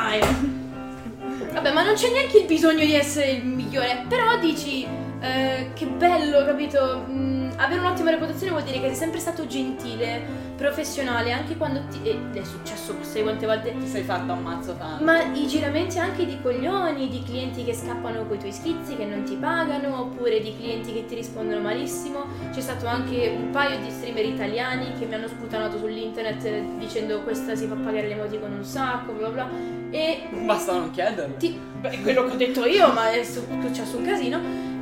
time. Vabbè, ma non c'è neanche il bisogno di essere il migliore. Però dici, eh, che bello, capito? Mm, avere un'ottima reputazione vuol dire che sei sempre stato gentile, professionale, anche quando ti... ed è successo sai quante volte... Ti sei fatta un mazzo tanto. Ma i giramenti anche di coglioni, di clienti che scappano coi tuoi schizzi, che non ti pagano, oppure di clienti che ti rispondono malissimo. C'è stato anche un paio di streamer italiani che mi hanno sputanato sull'internet eh, dicendo questa si fa pagare le emoticon un sacco, bla bla bla. E Basta non chiederlo. ti, beh, quello che ho detto io, ma è su- successo un casino.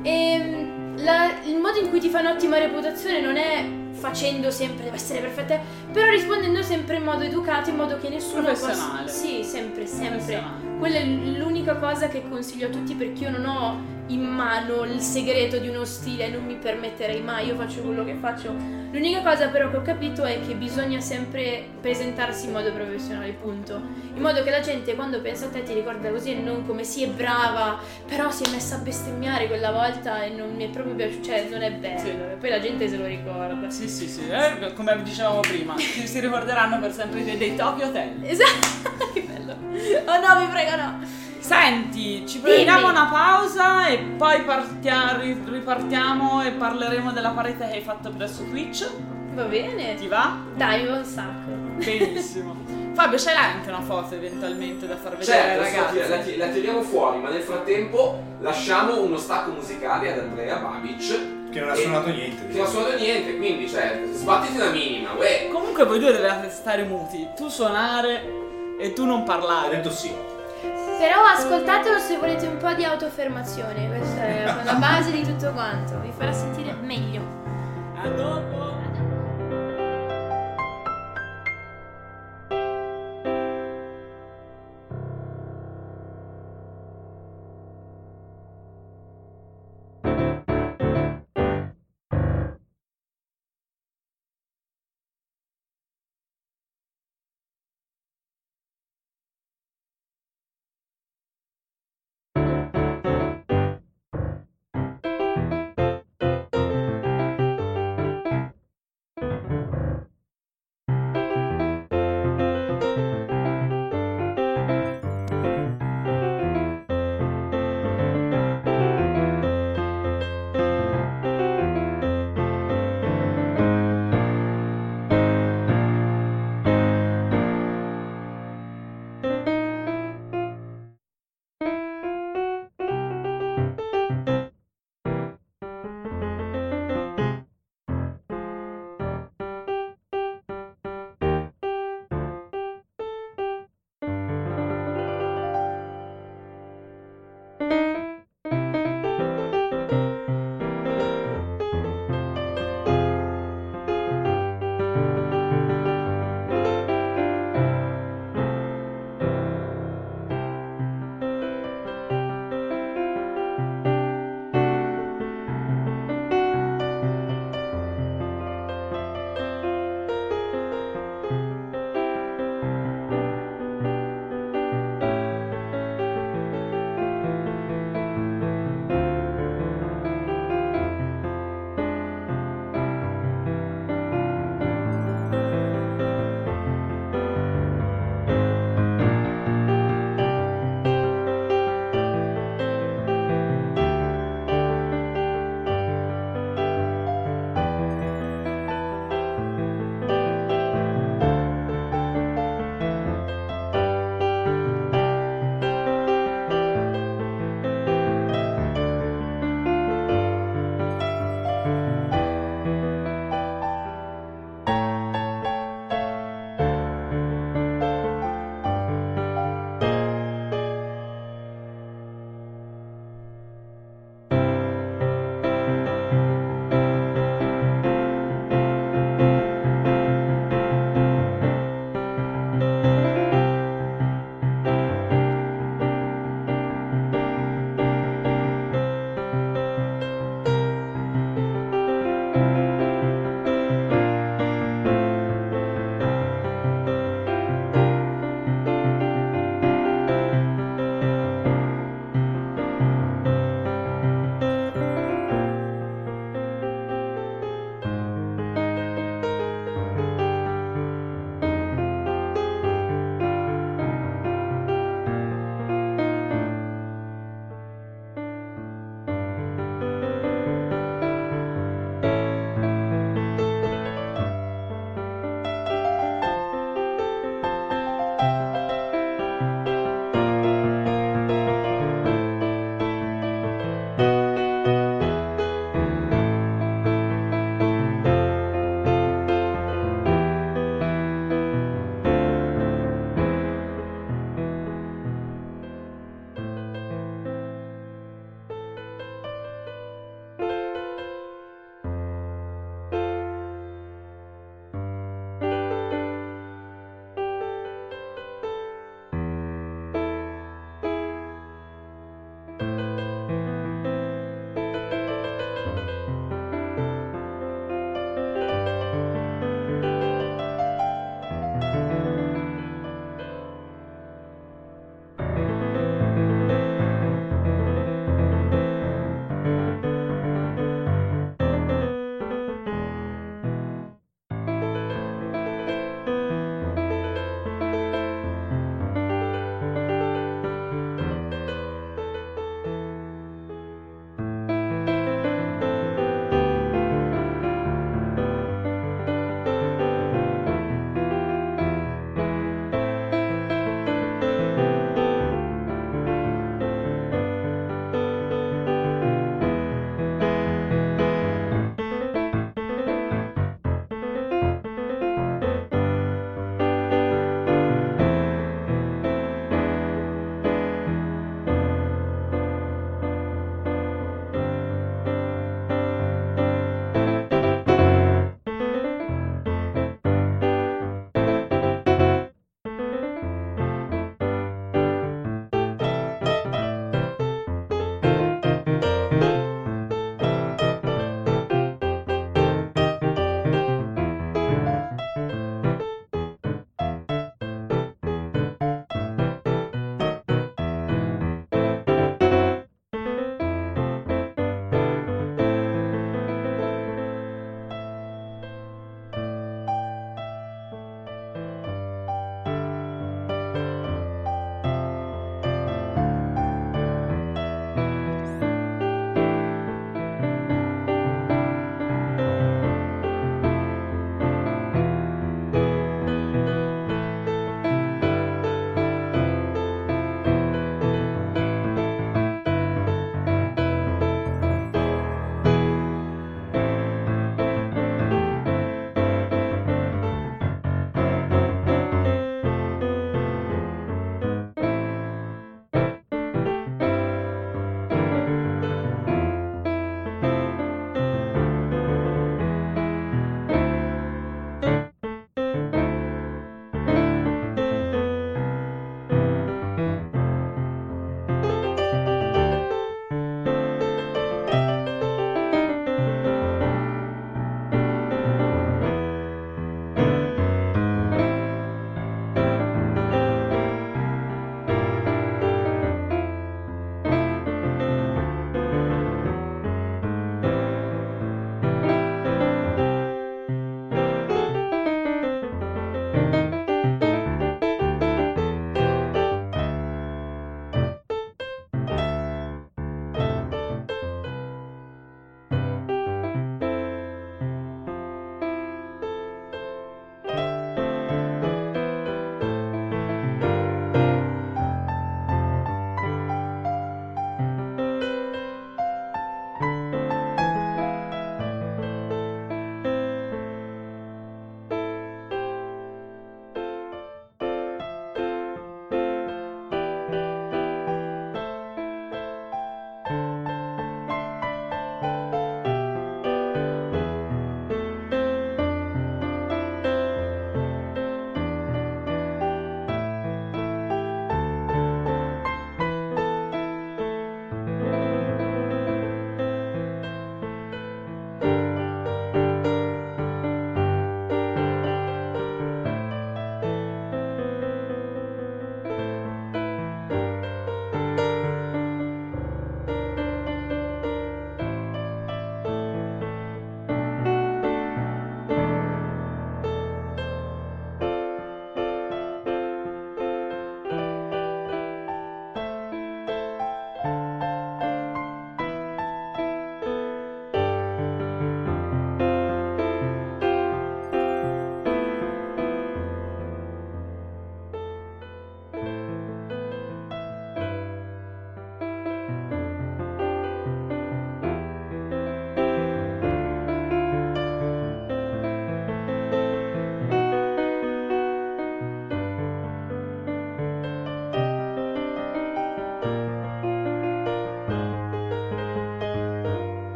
E la- il modo in cui ti fai un'ottima reputazione non è facendo sempre, deve essere perfetta, però rispondendo sempre in modo educato, in modo che nessuno Professionale. possa... Sì, sempre, sempre. Professionale. Quella è l'unica cosa che consiglio a tutti perché io non ho in mano il segreto di uno stile, non mi permetterei mai, io faccio quello che faccio. L'unica cosa però che ho capito è che bisogna sempre presentarsi in modo professionale, punto. In modo che la gente quando pensa a te ti ricorda così e non come si è brava, però si è messa a bestemmiare quella volta e non mi è proprio piaciuto, cioè non è bello. Sì. E poi la gente se lo ricorda. Sì, sì, sì. Eh, come dicevamo prima, si, si ricorderanno per sempre dei, dei Tokyo Hotel. Esatto, che bello. Oh no, vi prego no. Senti, ci prendiamo Dimmi. una pausa e poi partia- ri- ripartiamo e parleremo della parete che hai fatto presso Twitch. Va bene. Ti va? Dai, mi va un sacco. Benissimo. Fabio, ce l'hai anche una foto eventualmente da far vedere Certo, ai adesso la, ragazzi? ti- la ti- la tiriamo fuori, ma nel frattempo lasciamo uno stacco musicale ad Andrea Babic. Che non ha E- suonato niente. Che non ha suonato niente, quindi cioè, sbattiti una minima, uè. Comunque voi due dovete stare muti, tu suonare e tu non Ha parlare. detto sì. Però ascoltatelo se volete un po' di autoaffermazione, questa è la base di tutto quanto, vi farà sentire meglio. A dopo!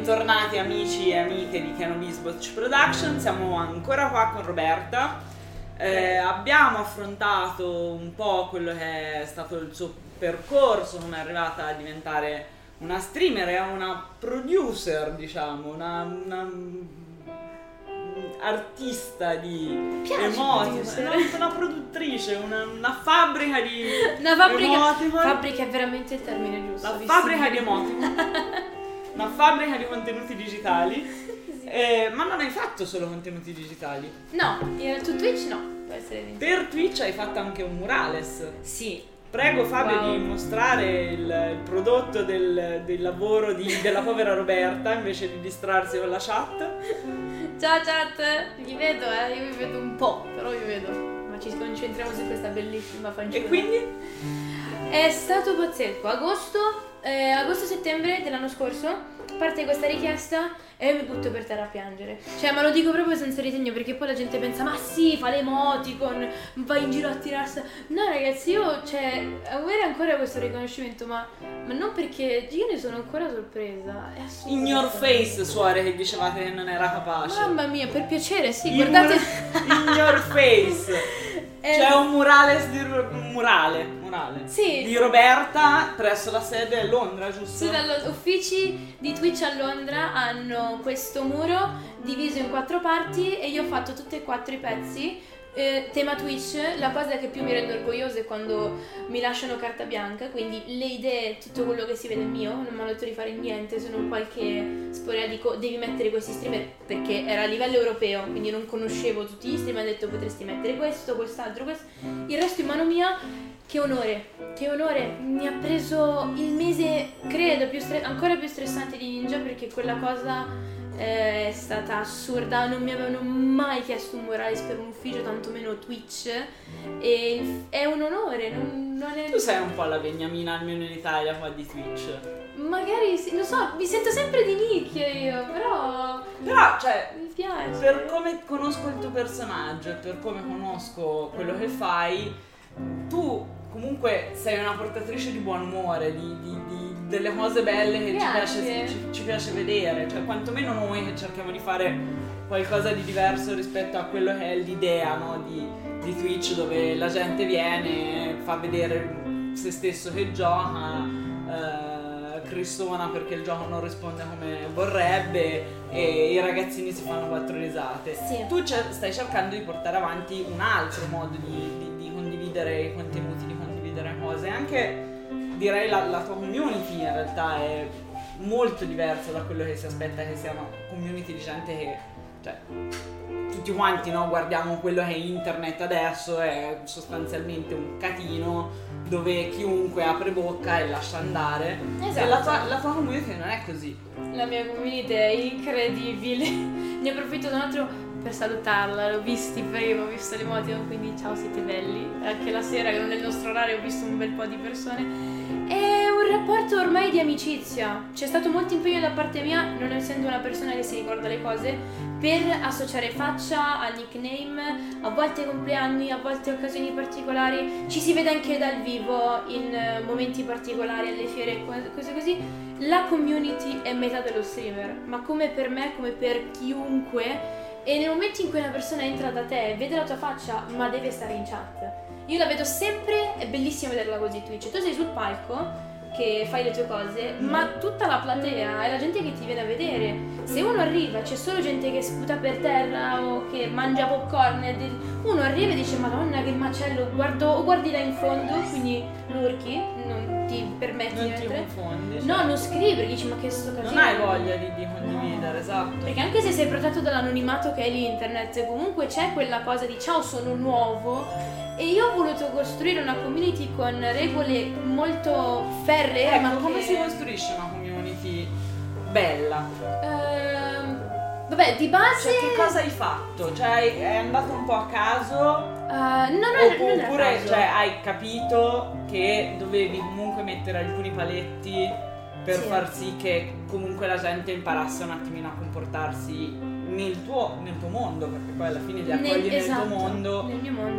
bentornati amici e amiche di Keno Bisbocch Production, siamo ancora qua con Roberta. Eh, abbiamo affrontato un po' quello che è stato il suo percorso, come è arrivata a diventare una streamer e una producer, diciamo, una, una artista di emoticon, una, una produttrice, una, una fabbrica di una fabbrica, emoticon. Fabbrica è veramente il termine giusto. La fabbrica di emoticon. Una fabbrica di contenuti digitali. Sì. Eh, ma non hai fatto solo contenuti digitali? No, su Twitch no. Può essere per Twitch hai fatto anche un murales. Sì. Prego Fabio wow. di mostrare il, il prodotto del, del lavoro di, della povera Roberta invece di distrarsi con la chat. Ciao chat, vi vedo eh, io vi vedo un po', però vi vedo. Ma ci concentriamo su questa bellissima fanciulla. E quindi? È stato pazzesco. Agosto, eh, agosto-settembre dell'anno scorso parte questa richiesta e mi butto per terra a piangere. Cioè, ma lo dico proprio senza ritegno, perché poi la gente pensa, ma sì, fa le emoticon, va in giro a tirarsi. No ragazzi, io, cioè, avere ancora questo riconoscimento, ma, ma non perché io ne sono ancora sorpresa. È assurdo. In your face, suore, che dicevate che non era capace. Mamma mia, per piacere, sì, in guardate. In your face. Eh, C'è un murales di un murale, murale sì. di Roberta presso la sede a Londra, giusto? Sì, dagli uffici di Twitch a Londra hanno questo muro diviso in quattro parti e io ho fatto tutti e quattro i pezzi eh, tema Twitch. La cosa che più mi rende orgogliosa è quando mi lasciano carta bianca, quindi le idee, tutto quello che si vede è mio, non mi hanno detto di fare niente se non qualche sporadico, devi mettere questi streamer, perché era a livello europeo, quindi non conoscevo tutti gli streamer, hanno detto potresti mettere questo, quest'altro, questo, il resto in mano mia. Che onore, che onore, mi ha preso il mese, credo, più stre- ancora più stressante di Ninja, perché quella cosa eh, è stata assurda, non mi avevano mai chiesto un murales per un ufficio, tantomeno Twitch, e è un onore, non, non è... Tu sei un po' la beniamina, almeno in Italia, qua di Twitch. Magari, sì, lo so, mi sento sempre di nicchia io, però... Però, cioè, mi piace. Per come conosco il tuo personaggio e per come conosco quello che fai, tu... comunque sei una portatrice di buon umore, di, di, di, delle cose belle che ci piace, ci, ci piace vedere, cioè quantomeno noi che cerchiamo di fare qualcosa di diverso rispetto a quello che è l'idea, no, di, di Twitch, dove la gente viene, fa vedere se stesso che gioca, eh, cristona perché il gioco non risponde come vorrebbe e i ragazzini si fanno quattro risate. Sì. Tu cer- stai cercando di portare avanti un altro modo di, di, di condividere i contenuti, di condividere cose, anche direi la, la tua community in realtà è molto diversa da quello che si aspetta che sia una community di gente che, cioè, tutti quanti, no, guardiamo quello che è internet adesso, è sostanzialmente un catino dove chiunque apre bocca e lascia andare. Esatto. E la tua, la tua community non è così. La mia community è incredibile. Ne approfitto tra l'altro per salutarla, l'ho visti prima, ho visto l'emoticon, quindi ciao, siete belli. Anche la sera, che non è il nostro orario, ho visto un bel po' di persone. È un rapporto ormai di amicizia. C'è stato molto impegno da parte mia, non essendo una persona che si ricorda le cose, per associare faccia al nickname, a volte compleanni, a volte occasioni particolari. Ci si vede anche dal vivo in momenti particolari, alle fiere, cose così. La community è metà dello streamer, ma come per me, come per chiunque. E nel momento in cui una persona entra da te, vede la tua faccia, ma deve stare in chat. Io la vedo sempre, è bellissimo vederla così Twitch. Tu sei sul palco, che fai le tue cose, ma tutta la platea è la gente che ti viene a vedere. Se uno arriva, c'è solo gente che sputa per terra o che mangia popcorn, e uno arriva e dice madonna che macello, guardo, o guardi là in fondo, quindi lurchi, non ti permetti non di ti mettere. confondi, cioè. No, non scrivi perché dici ma che sto casino. Non hai voglia di, di condividere, no. Esatto. Perché anche se sei protetto dall'anonimato che è l'internet, comunque c'è quella cosa di ciao, sono nuovo. E io ho voluto costruire una community con regole molto ferree. Ecco, ma come che... si costruisce una community bella? Ehm, vabbè, di base... Cioè, che cosa hai fatto? Cioè, è andato un po' a caso? Uh, no, no, Opp- non era oppure caso. cioè, hai capito che dovevi comunque mettere alcuni paletti per Sì. far sì che comunque la gente imparasse un attimino a comportarsi nel tuo, nel tuo mondo, perché poi alla fine li accogli nel, esatto, tuo mondo. nel mio mondo.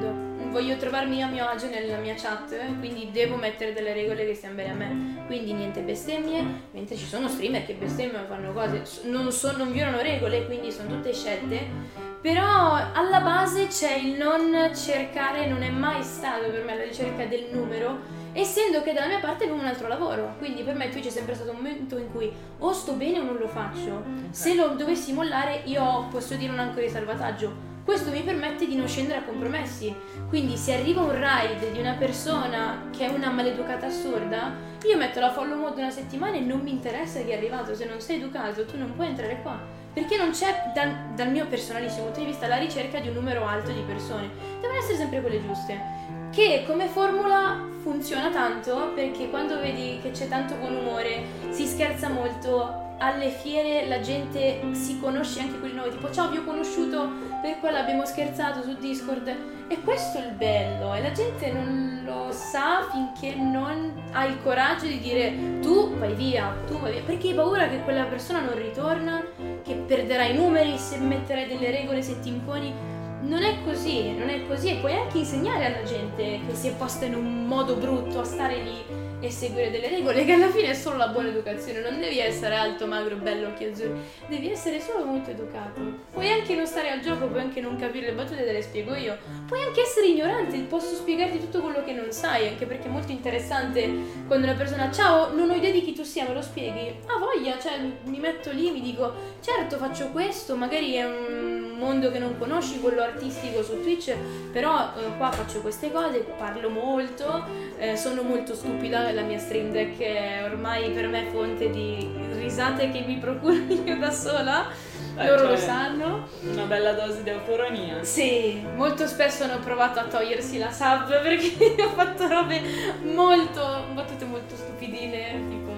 voglio trovarmi a mio agio nella mia chat, quindi devo mettere delle regole che stiano bene a me. Quindi niente bestemmie, mentre ci sono streamer che bestemmiano, fanno cose, non, so, non violano regole, quindi sono tutte scelte. Però alla base c'è il non cercare, non è mai stato per me la ricerca del numero, essendo che dalla mia parte avevo un altro lavoro, quindi per me Twitch è sempre stato un momento in cui o sto bene o non lo faccio. Se lo dovessi mollare io ho, posso dire, un ancora di salvataggio. Questo mi permette di non scendere a compromessi, quindi se arriva un raid di una persona che è una maleducata assurda, io metto la follow mode una settimana e non mi interessa chi è arrivato. Se non sei educato tu non puoi entrare qua, perché non c'è dal, dal mio personalissimo punto di vista la ricerca di un numero alto di persone, devono essere sempre quelle giuste, che come formula funziona tanto, perché quando vedi che c'è tanto buon umore, si scherza molto, alle fiere la gente si conosce anche quelli nuovi, tipo ciao vi ho conosciuto per quello, abbiamo scherzato su Discord, e questo è il bello, e la gente non lo sa finché non ha il coraggio di dire tu vai via, tu vai via, perché hai paura che quella persona non ritorna, che perderai i numeri se metterai delle regole, se ti imponi. Non è così, non è così, e puoi anche insegnare alla gente che si è posta in un modo brutto a stare lì e seguire delle regole, che alla fine è solo la buona educazione. Non devi essere alto, magro, bello, occhi azzurri, devi essere solo molto educato. Puoi anche non stare al gioco, puoi anche non capire le battute, te le spiego io, puoi anche essere ignorante, posso spiegarti tutto quello che non sai, anche perché è molto interessante quando una persona ciao, non ho idea di chi tu sia, me lo spieghi? Ah voglia, cioè mi metto lì, mi dico certo faccio questo, magari è un mondo che non conosci, quello artistico su Twitch, però eh, qua faccio queste cose, parlo molto, eh, sono molto stupida, la mia stream deck è ormai per me fonte di risate che mi procuro io da sola, eh, loro cioè, lo sanno. Una bella dose di autoironia. Sì, molto spesso hanno provato a togliersi la sub perché ho fatto robe molto, battute molto stupidine, tipo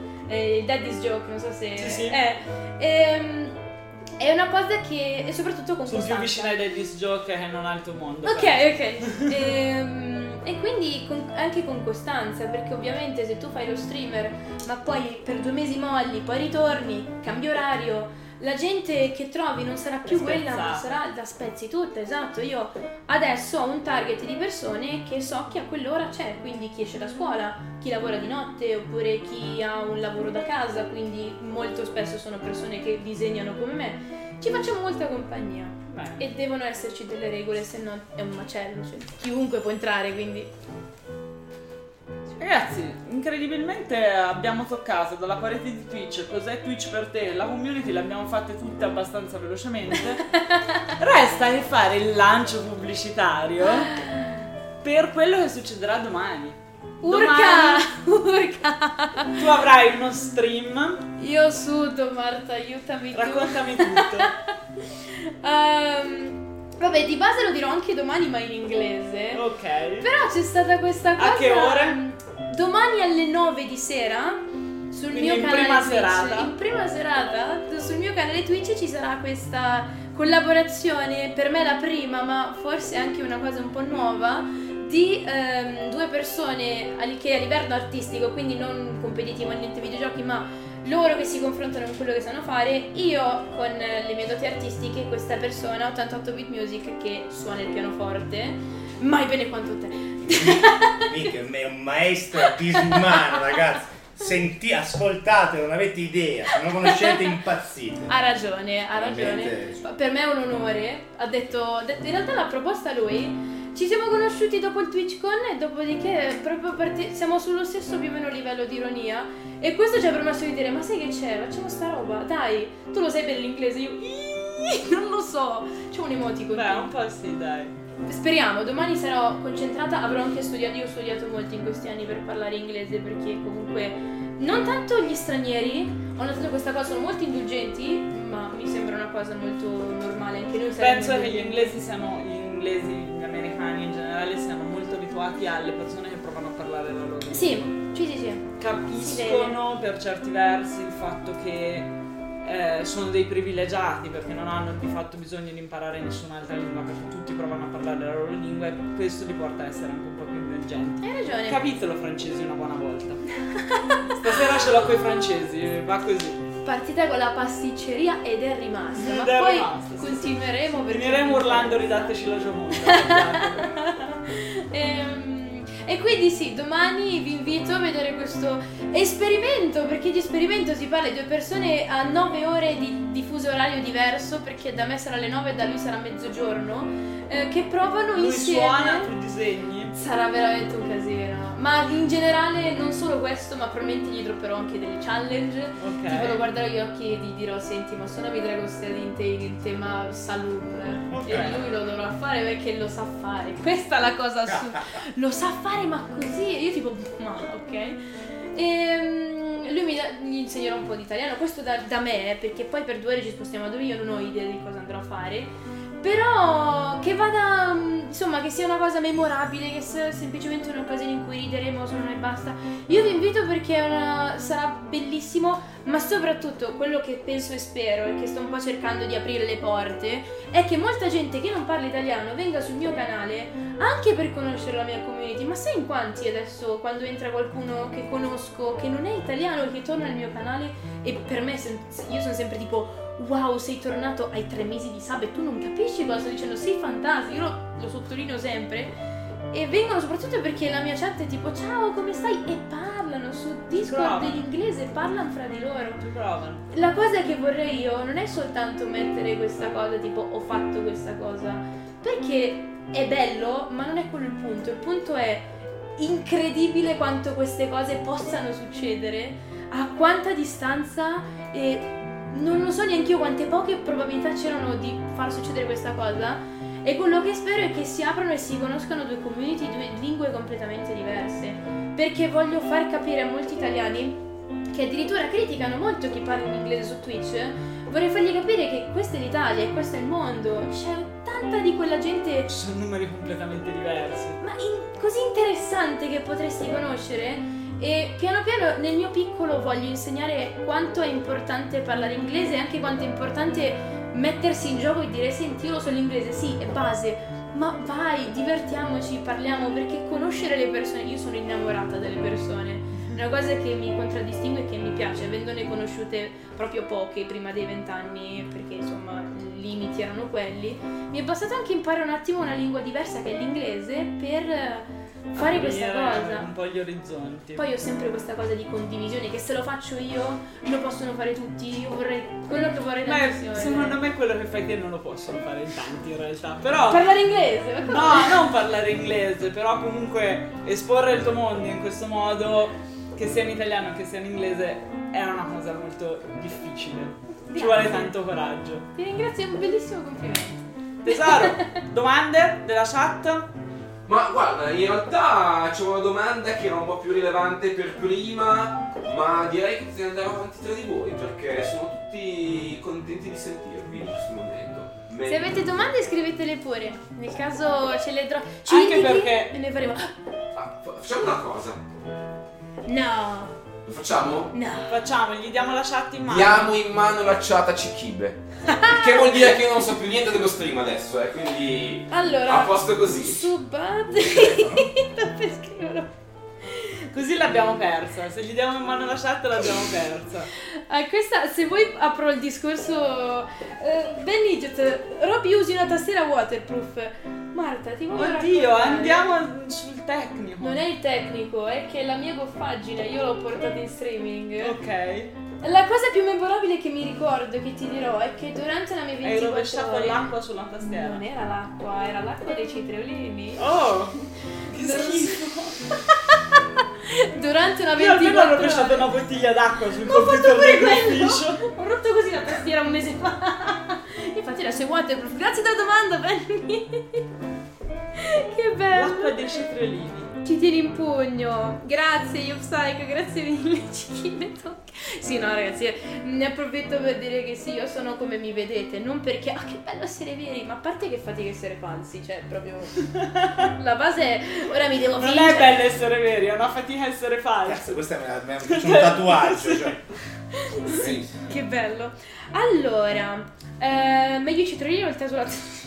eh, Daddy's Joke, non so se... Sì, sì. Eh, ehm, è una cosa che, e soprattutto con sono costanza. più vicina ai Daddy's Joke che non al tuo mondo. Ok, ok. ehm, e quindi con, anche con costanza, perché ovviamente se tu fai lo streamer ma poi per due mesi molli, poi ritorni, cambi orario, la gente che trovi non sarà più quella, ma sarà da spezzi tutta, esatto. Io adesso ho un target di persone che so che a quell'ora c'è, quindi chi esce da scuola, chi lavora di notte, oppure chi ha un lavoro da casa, quindi molto spesso sono persone che disegnano come me. Ci facciamo molta compagnia. Beh. E devono esserci delle regole, se no è un macello, cioè chiunque può entrare, quindi... Ragazzi, incredibilmente abbiamo toccato dalla parete di Twitch cos'è Twitch per te, la community l'abbiamo fatte tutte abbastanza velocemente. Resta che fare il lancio pubblicitario per quello che succederà domani. Urca! Domani Urca! tu avrai uno stream. Io sudo, Marta, aiutami tu. Raccontami tutto. um, Vabbè, di base lo dirò anche domani, ma in inglese. Ok. Però c'è stata questa cosa. A che ore? Domani alle nove di sera sul Quindi mio in canale prima Twitch. serata. In prima serata sul mio canale Twitch ci sarà questa collaborazione, per me la prima, ma forse anche una cosa un po' nuova, di ehm, due persone che a livello artistico, quindi non competitivo niente videogiochi, ma loro che si confrontano con quello che sanno fare, io con le mie doti artistiche, questa persona ottantotto bit music che suona il pianoforte mai bene quanto te. Mica è un maestro disumano, ragazzi. Senti, ascoltate, non avete idea, se non conoscete impazzite. Ha ragione, ha ragione. Veramente. Per me è un onore. Ha detto, in realtà l'ha proposta lui. Ci siamo conosciuti dopo il TwitchCon e dopodiché proprio parti- siamo sullo stesso più o meno livello di ironia. E questo ci ha permesso di dire, ma sai che c'è? Facciamo sta roba, dai. Tu lo sai per l'inglese, io non lo so. C'è un emoticon. Beh, un po' sì, dai. Speriamo, domani sarò concentrata, avrò anche studiato, io ho studiato molto in questi anni per parlare inglese, perché comunque non tanto gli stranieri, ho notato questa cosa, sono molto indulgenti, ma mi sembra una cosa molto normale, anche noi saremo Penso che gli indulgenti. inglesi siano, gli inglesi, gli americani in generale siano molto abituati alle persone che provano a parlare la loro lingua. Sì, sì, sì, sì. Capiscono per certi versi il fatto che eh, sono dei privilegiati perché non hanno di fatto bisogno di imparare nessun'altra lingua, perché tutti provano a parlare la loro lingua e questo li porta a essere anche un po' più indulgenti. Hai ragione. Capitelo francesi una buona volta. Stasera ce l'ho coi francesi, va così. partita con la pasticceria ed è rimasta, Ed ma è poi rimasta, sì, continueremo perché Finiremo urlando ridateci la Gioconda. Ehm, E quindi sì, domani vi invito a vedere questo esperimento, perché di esperimento si parla di due persone a nove ore di, di fuso orario diverso, perché da me sarà alle nove e da lui sarà mezzogiorno, eh, che provano Lui insieme. suona, tu disegni. Sarà veramente un casino. Ma in generale non solo questo, ma probabilmente gli dropperò anche delle challenge. Ok. Tipo lo guarderò agli occhi e gli dirò: senti, ma suonami Dragostea Dinte il tema saloon. Ok. E lui lo dovrà fare perché lo sa fare. Questa è la cosa assurda. Lo sa fare, ma così. E io tipo, ma ok. E lui mi da, gli insegnerò un po' di italiano. Questo da, da me, eh, perché poi per due ore ci spostiamo dove io non ho idea di cosa andrò a fare. Però che vada, insomma, che sia una cosa memorabile, che sia semplicemente un'occasione in cui rideremo solo noi e basta. Io vi invito perché è una, sarà bellissimo, ma soprattutto quello che penso e spero e che sto un po' cercando di aprire le porte è che molta gente che non parla italiano venga sul mio canale anche per conoscere la mia community. Ma sai in quanti adesso, quando entra qualcuno che conosco che non è italiano e che torna al mio canale, e per me io sono sempre tipo: wow, sei tornato, hai tre mesi di sub e tu non capisci cosa sto dicendo, sei fantastico, io lo, lo sottolineo sempre. E vengono soprattutto perché la mia chat è tipo: ciao, come stai? E parlano su Discord Brava. in inglese, parlano fra di loro. Ti provano. La cosa che vorrei io non è soltanto mettere questa cosa tipo ho fatto questa cosa, perché è bello, ma non è quello il punto. Il punto è incredibile quanto queste cose possano succedere, a quanta distanza, e non lo so neanche io quante poche probabilità c'erano di far succedere questa cosa. E quello che spero è che si aprano e si conoscano due community, due lingue completamente diverse, perché voglio far capire a molti italiani che addirittura criticano molto chi parla in inglese su Twitch. Vorrei fargli capire che questa è l'Italia e questo è il mondo, c'è tanta di quella gente, Ci sono numeri completamente diversi. ma in- così interessante che potresti conoscere. E piano piano nel mio piccolo voglio insegnare quanto è importante parlare inglese e anche quanto è importante mettersi in gioco e dire: senti, io lo so l'inglese, sì, è base, ma vai, divertiamoci, parliamo, perché conoscere le persone, io sono innamorata delle persone, è una cosa che mi contraddistingue e che mi piace, avendone conosciute proprio poche prima dei vent'anni, perché insomma i limiti erano quelli. Mi è bastato anche imparare un attimo una lingua diversa che è l'inglese per fare questa Aprire cosa. un po' gli orizzonti. Poi ho sempre questa cosa di condivisione, che se lo faccio io lo possono fare tutti. Io vorrei, quello che vorrei Beh, tantissimo secondo vedere. me quello che fai te non lo possono fare in tanti in realtà. Però Parlare inglese, ma come? no, non parlare inglese, però comunque esporre il tuo mondo in questo modo, che sia in italiano che sia in inglese, è una cosa molto difficile. Ci Grazie. vuole tanto coraggio. Ti ringrazio, è un bellissimo complimento. Tesoro, domande della chat? Ma guarda, in realtà c'è una domanda che era un po' più rilevante per prima, ma direi che potete andare avanti tra di voi perché sono tutti contenti di sentirvi in questo momento. Se Meglio. avete domande scrivetele pure. Nel caso ce le trovo. Ci Anche indichi perché- e ne faremo. Ah, fa- facciamo una cosa. No, Lo facciamo? no. Facciamo, gli diamo la chat in mano. Diamo in mano la chat a Cichibe. Il che vuol dire che io non so più niente dello stream adesso, eh, quindi Allora, a posto così. Subad. per scriverlo. Così l'abbiamo persa. Se gli diamo in mano la chat l'abbiamo persa. Ah, questa, se vuoi apro il discorso. Uh, Ben Idiot, Roby usi una tastiera waterproof. Marta, ti voglio Oddio, raccontare. andiamo sul tecnico. Non è il tecnico, è che la mia goffaggine io l'ho portata in streaming. Ok. La cosa più memorabile che mi ricordo, che ti dirò, è che durante la mia Hai ventiquattro rovesciato ore. l'acqua sulla tastiera. Non era l'acqua, era l'acqua dei cetriolini. Oh, che Non- schifo. Durante una Io almeno ho ventiquattro rovesciato ore. una bottiglia d'acqua sul Ma ho computer fatto pure dell'ufficio. quello! Ho rotto così la tastiera un mese fa. Infatti adesso è waterproof. Grazie della domanda, Benny. Che bello. L'acqua dei cetriolini. Ci tieni in pugno. Grazie, io Psycho, grazie mille. Cichine tocca. Sì, no, ragazzi, ne approfitto per dire che sì, io sono come mi vedete. Non perché, ah, che bello essere veri, ma a parte che fatica essere falsi, cioè, proprio. La base è. Ora mi devo Non fingere. è bello essere veri, è una fatica essere falsi. Cazzo, questa me la, me la faccio un tatuaggio, cioè. Sì. Che bello. Allora, eh, meglio i cetriolini o il tè sulla.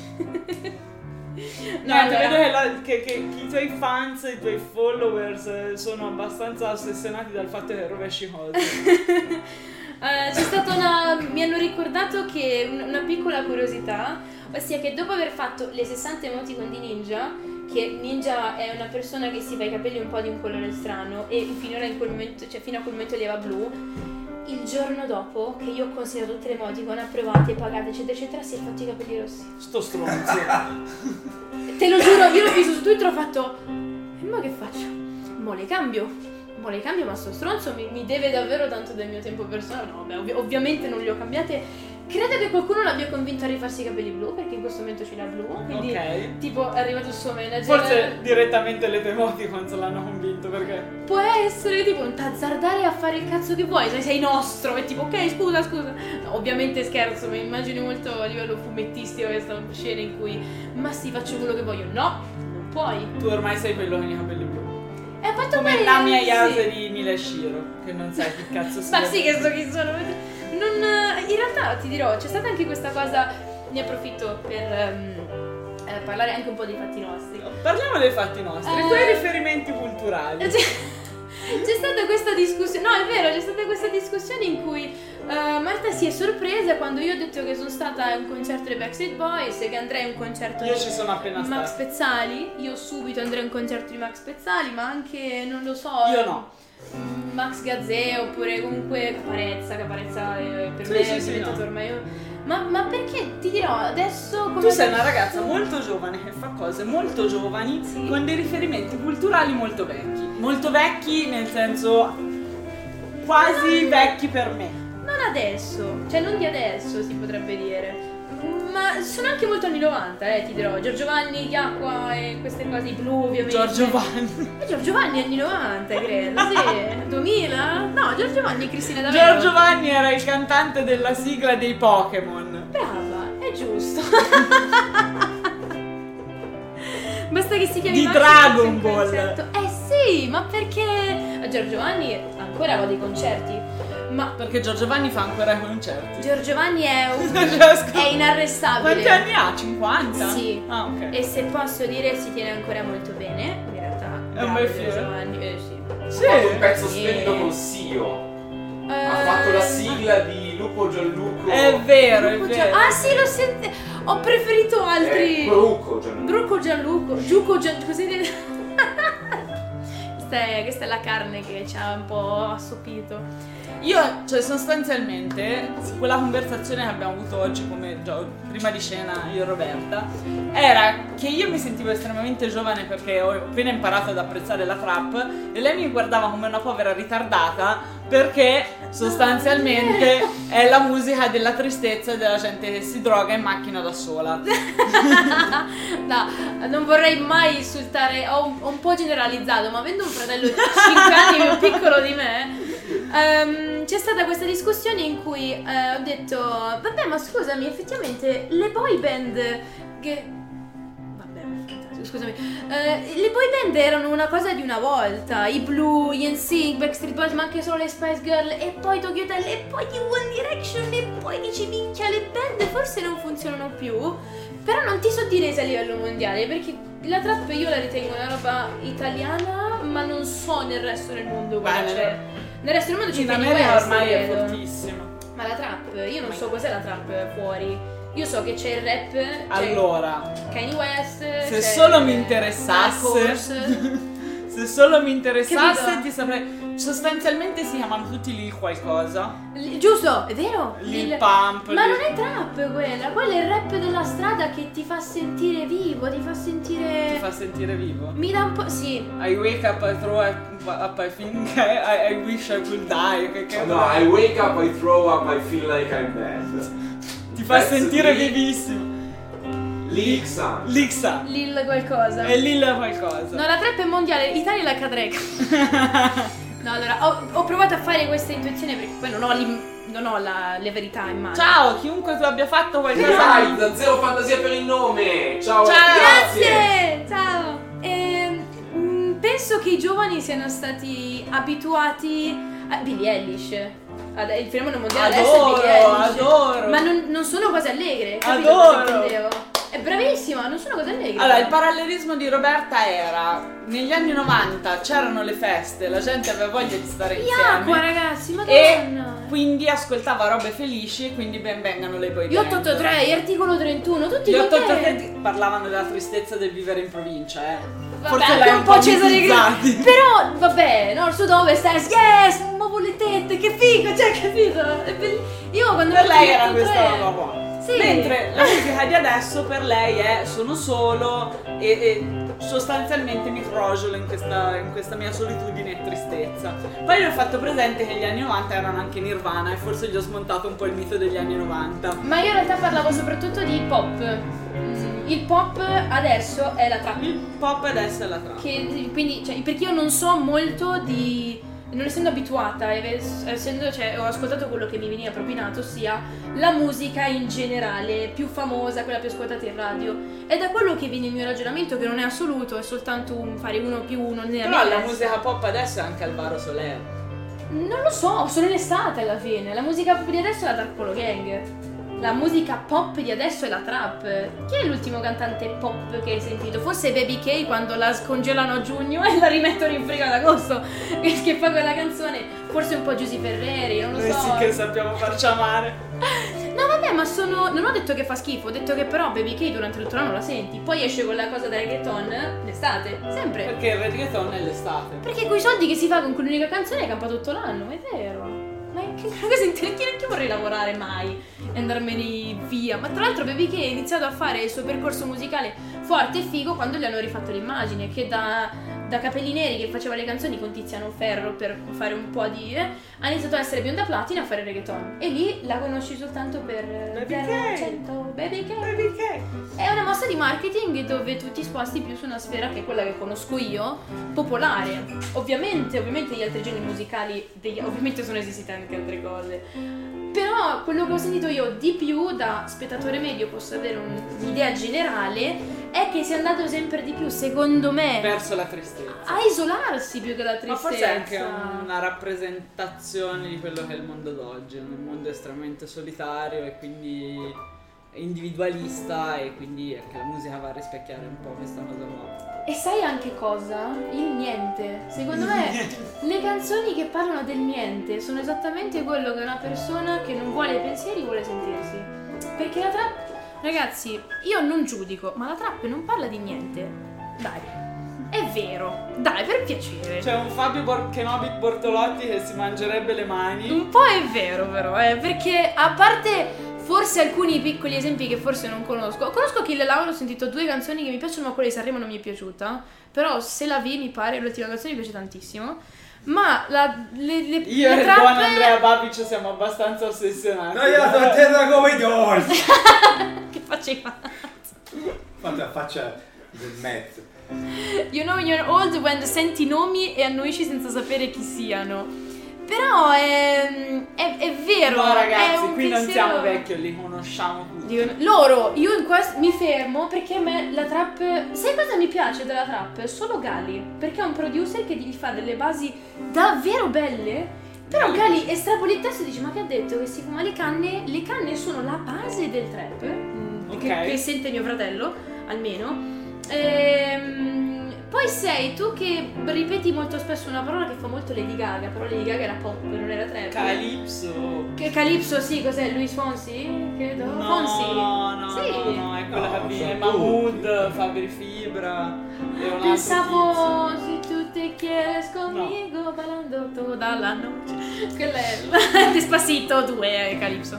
No, allora- vedo che, la- che- che i tuoi fans, i tuoi followers eh, sono abbastanza ossessionati dal fatto che rovesci cose. Uh, c'è stata una. Mi hanno ricordato che un- una piccola curiosità, ossia che dopo aver fatto le sessanta emoticon di Ninja, che Ninja è una persona che si fa i capelli un po' di un colore strano e finora in quel momento, cioè fino a quel momento li aveva blu, il giorno dopo che io ho consegnato tutte le emoticon approvate, pagate, eccetera, eccetera, si è fatto i capelli rossi. Sto stronzo. Te lo giuro, io l'ho visto su Twitter e ho fatto. E mo che faccio? Mo le cambio. Mo le cambio, ma sto stronzo mi, mi deve davvero tanto del mio tempo personale. No, vabbè, ovvi- ovviamente non le ho cambiate. Credo che qualcuno l'abbia convinto a rifarsi i capelli blu, perché in questo momento ce l'ha blu. Quindi, Ok. tipo, è arrivato il suo manager. Forse direttamente le tue emoticons l'hanno convinto, perché... Può essere tipo un t'azzardare a fare il cazzo che vuoi, se sei nostro, e tipo ok scusa scusa. No, ovviamente scherzo, mi immagino molto a livello fumettistico questa scena in cui ma sì faccio quello che voglio. No, non puoi. Tu ormai sei quello con i capelli blu. È fatto Come bene. Nami Ayase sì. di Mila Shiro, che non sai che cazzo sia. Ma sì che so chi sono. Non, in realtà ti dirò, c'è stata anche questa cosa, ne approfitto per ehm, eh, parlare anche un po' dei fatti nostri. Parliamo dei fatti nostri, Eh. i tuoi riferimenti culturali. C'è, c'è stata questa discussione, no è vero, c'è stata questa discussione in cui eh, Marta si è sorpresa quando io ho detto che sono stata a un concerto dei Backstreet Boys e che andrei a un concerto Io di ci sono appena Max stata. Pezzali. Io subito andrei a un concerto di Max Pezzali, ma anche, non lo so, Io no. Max Gazzè oppure comunque Caparezza, Caparezza eh, per Sì, me sì, è sì, diventato no. ormai. Ma, ma perché ti dirò adesso come. Tu sei una ragazza molto giovane che fa cose molto giovani, Sì. con dei riferimenti culturali molto vecchi. Molto vecchi nel senso quasi vecchi per me. Non adesso, cioè non di adesso si potrebbe dire. Ma sono anche molto anni novanta, eh, ti dirò. Giorgio Vanni, Acqua e queste cose, i blu ovviamente. Giorgio Vanni. Eh, Giorgio Vanni anni novanta, credo, sì. duemila? No, Giorgio Vanni e Cristina D'Avena. Giorgio Vanni era il cantante della sigla dei Pokémon. Brava, è giusto. Basta che si chiami Di Max Dragon e faccia un Ball. concerto. Eh sì, ma perché Giorgio Vanni ancora va dei concerti. Ma Perché Giorgio Vanni fa ancora i concerti. Giorgio Vanni è un Cioè, scusa. è inarrestabile. Quanti anni ha? cinquanta? Sì. Ah, ok. E se posso dire si tiene ancora molto bene. In realtà È un bravo bel Giorgio fiore. Vanni, eh sì. Sì. Ha fatto un pezzo Sì. splendido con Sio. Eh, Ha fatto la sigla di Lupo Gianluco. È vero, è Lupo vero. Gian- Ah sì, lo sento. Ho preferito altri. È Bruco Gianluco. Bruco Gianluco, Giuco Gian... così dire. questa, è, questa è la carne che ci ha un po' assopito. Io, cioè sostanzialmente, quella conversazione che abbiamo avuto oggi come gio- prima di cena io e Roberta era che io mi sentivo estremamente giovane perché ho appena imparato ad apprezzare la trap e lei mi guardava come una povera ritardata perché sostanzialmente è la musica della tristezza e della gente che si droga in macchina da sola. No, non vorrei mai insultare, ho un, ho un po' generalizzato, ma avendo un fratello cinque anni più piccolo di me, ehm, c'è stata questa discussione in cui eh, ho detto, vabbè ma scusami, effettivamente le boy band che... Vabbè, fantastico, scusami, eh, le boy band erano una cosa di una volta, i Blue, gli N Sync, Backstreet Boys, ma anche solo le Spice Girl, e poi Tokyo Hotel, e poi gli One Direction, e poi dici minchia, le band forse non funzionano più. Però non ti so dire se a livello mondiale, perché la trap io la ritengo una roba italiana, ma non so nel resto del mondo cosa Beh, c'è. Nel resto del mondo c'è In Kanye America West, ormai è credo. fortissima. Ma la trap, io non so cos'è la trap fuori. Io so che c'è il rap, c'è Allora, Kanye West, se c'è solo mi Dark interessasse, Horse. se solo mi interessasse Capito? ti saprei. Sostanzialmente si chiamano tutti Lil qualcosa. L- Giusto, è vero? Lil Il- Pump. Ma Lil- non è trap quella, quella è il rap della strada che ti fa sentire vivo, ti fa sentire... Ti fa sentire vivo. Mi dà un po'... sì. I wake up, I throw up, up I think I, I wish I could die. Che, che No, I wake up, I throw up, I feel like I'm dead. ti fa Pezzo sentire di- vivissimo. Lixa. Lixa. Lil qualcosa. È Lil qualcosa. No, la trap è mondiale, Italia è la cadreca. No, allora, ho, ho provato a fare questa intuizione perché poi non ho, l'im- non ho la, le verità in mano. Ciao, chiunque tu abbia fatto qualcosa. Dai, da zero fantasia per il nome. Ciao, Ciao. Grazie! Ciao! Ehm, mm, penso che i giovani siano stati abituati a Billie Eilish. Ad- il fenomeno mondiale adesso è Adoro, Billie Eilish. adoro. Ma non, non sono cose allegre, capito Adoro. cosa intendevo? È bravissima, non sono cose allegre. Allora, il parallelismo di Roberta era negli anni novanta c'erano le feste, la gente aveva voglia di stare Acqua, insieme. ragazzi, E madonna! quindi ascoltava robe felici e quindi ben vengano le boy Gli band. otto otto tre, articolo trentuno, tutti Gli otto otto quei tre parlavano della tristezza del vivere in provincia, eh. Vabbè, Forse anche l'hai un un po' po' Cesare mitizzati. Grillo. Però, vabbè, no, sud-ovest, est, yes, muovo le tette, che figo, cioè, capito? È bell- Io quando Per metto lei gli era otto questa tre roba qua. Sì. Mentre la musica di adesso per lei è sono solo e, e sostanzialmente mi crogiolo in questa, in questa mia solitudine e tristezza. Poi le ho fatto presente che gli anni novanta erano anche Nirvana e forse gli ho smontato un po' il mito degli anni novanta. Ma io in realtà parlavo soprattutto di pop. Mm, Il pop adesso è la trap. Il pop adesso è la trap. Che, quindi, cioè, perché io non so molto di. Non essendo abituata, e essendo, cioè, ho ascoltato quello che mi veniva propinato, ossia la musica in generale, più famosa, quella più ascoltata in radio. È da quello che viene il mio ragionamento, che non è assoluto, è soltanto un fare uno più uno nella Però mia la testa. musica pop adesso è anche Alvaro Soler. Non lo so, solo in estate alla fine. La musica pop di adesso è la Dark Polo Gang. La musica pop di adesso è la trap. Chi è l'ultimo cantante pop che hai sentito? Forse Baby K quando la scongelano a giugno e la rimettono in frigo ad agosto. Che fa quella canzone. Forse un po' Giusy Ferreri, non lo Noi so. sì che sappiamo farci amare. No vabbè, ma sono. Non ho detto che fa schifo, ho detto che però Baby K durante tutto l'anno la senti. Poi esce con la cosa del reggaeton l'estate, sempre. Perché il reggaeton è l'estate. Perché coi soldi che si fa con quell'unica canzone campa tutto l'anno, è vero. Ma che cosa intelligente, neanche vorrei lavorare mai e andarmene via. Ma tra l'altro Baby K ha iniziato a fare il suo percorso musicale forte e figo quando gli hanno rifatto l'immagine, che da, da Capelli Neri che faceva le canzoni con Tiziano Ferro per fare un po' di eh, ha iniziato ad essere bionda platina a fare reggaeton. E lì la conosci soltanto per Baby K. cento Baby K. Baby K. È una mossa di marketing dove tu ti sposti più su una sfera che è quella che conosco io, popolare. Ovviamente, ovviamente gli altri generi musicali, degli, ovviamente sono esistenti anche altre cose. Però quello che ho sentito io di più da spettatore medio, posso avere un, un'idea generale, è che si è andato sempre di più, secondo me, Verso la tristezza. a isolarsi più che la tristezza. Ma forse è anche una rappresentazione di quello che è il mondo d'oggi, un mondo estremamente solitario e quindi individualista, e quindi anche la musica va a rispecchiare un po' questa cosa qua. E sai anche cosa? Il niente. Secondo me le canzoni che parlano del niente sono esattamente quello che una persona che non vuole i pensieri vuole sentirsi. Perché la trap, ragazzi, io non giudico, ma la trap non parla di niente. Dai, è vero. Dai, per piacere. C'è un Fabio Bor- Kenobi Bortolotti che si mangerebbe le mani. Un po' è vero però, eh, perché a parte forse alcuni piccoli esempi che forse non conosco. Conosco Kill Laura, ho sentito due canzoni che mi piacciono, ma quella di Sanremo non mi è piaciuta. Però Se la vi mi pare, l'ultima canzone mi piace tantissimo. Ma la, le, le, Io le e il trappe... buon Andrea Babic siamo abbastanza ossessionati. No, io la sto terra come i dolci. Che faceva? Fate la faccia del mezzo. You know you're old when senti nomi e annuisci senza sapere chi siano. Però è, è, è vero. No è ragazzi, un qui non pensiero- siamo vecchi, li conosciamo tutti. Dico, loro, io in questo mi fermo perché a me la trap. Sai cosa mi piace della trap? Solo Gali. Perché è un producer che gli fa delle basi davvero belle. Però Gali estrapoli il testo e dice: ma che ha detto? Che si fuma le canne? Le canne sono la base del trap. mm, Ok. Che, che sente mio fratello, almeno. Ehm, poi sei tu che ripeti molto spesso una parola che fa molto Lady Gaga. Però Lady Gaga era pop, non era trap. Calypso. Che Calypso, sì, cos'è? Luis Fonsi? Credo. No, Fonsi. no, no, Sì. no, no, è quella No, che sono viene tutti. Mahmood, Fabri Fibra e un altro Pensavo tizio. si tu te quieres conmigo ballando toda la noche. Quella è Despacito due, è Calypso.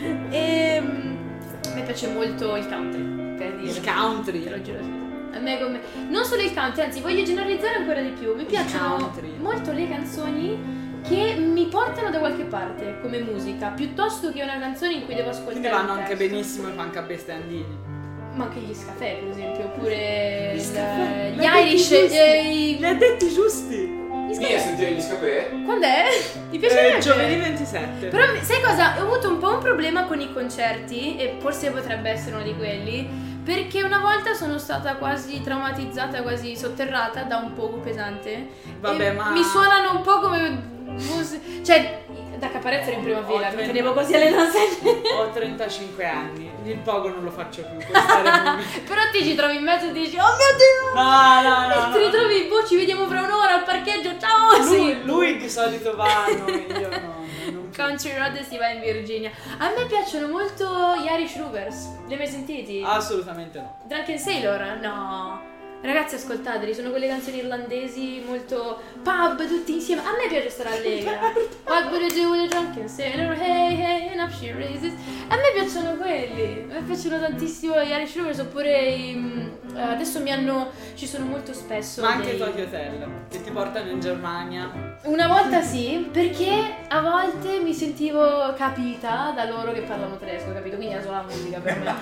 E mi piace molto il country, per dire. Il country. Te lo giuro, sì. A me come non solo il country, anzi voglio generalizzare ancora di più. Mi piacciono country. molto le canzoni che mi portano da qualche parte come musica, piuttosto che una canzone in cui devo ascoltare. Quindi vanno il anche testo. benissimo i pancabeste andini. Ma anche gli Scafè, per esempio, oppure Gli il- Scafè, gli li ha detti Irish. giusti. eh, i- Li ha detti giusti. gli Vieni a Scafè. sentire gli scapè? Quando è? Ti piacerebbe? Eh, giovedì ventisette. Però sai cosa? Ho avuto un po' un problema con i concerti, e forse potrebbe essere uno di quelli, perché una volta sono stata quasi traumatizzata, quasi sotterrata da un pogo pesante. Vabbè, E ma- mi suonano un po' come mus- cioè da Caparezza ero in prima fila, mi trenta tenevo così alle nase. Ho trentacinque anni, il pogo non lo faccio più, puoi stare con me. Però ti ci trovi in mezzo e dici: "Oh mio Dio!" No, no, no, E ti no. ritrovi, boh, ci vediamo fra un'ora al parcheggio, ciao! Lui, Sì. lui di solito va, no, io no, non Country Road e si va in Virginia. A me piacciono molto gli Irish Rovers. Li hai mai sentiti? Assolutamente no. Drunken Sailor? No. Ragazzi, ascoltateli, sono quelle canzoni irlandesi molto pub, tutti insieme. A me piace stare allegra. What would you do with a drunken sailor? Hey, hey, and up she raises. A me piacciono quelli. A me piacciono tantissimo gli Irish Rovers, oppure i, adesso mi hanno. Ci sono molto spesso. Ma anche dei... Tokyo Hotel, che ti portano in Germania. Una volta sì, perché a volte mi sentivo capita da loro che parlano tedesco, capito? Quindi era solo la musica per me.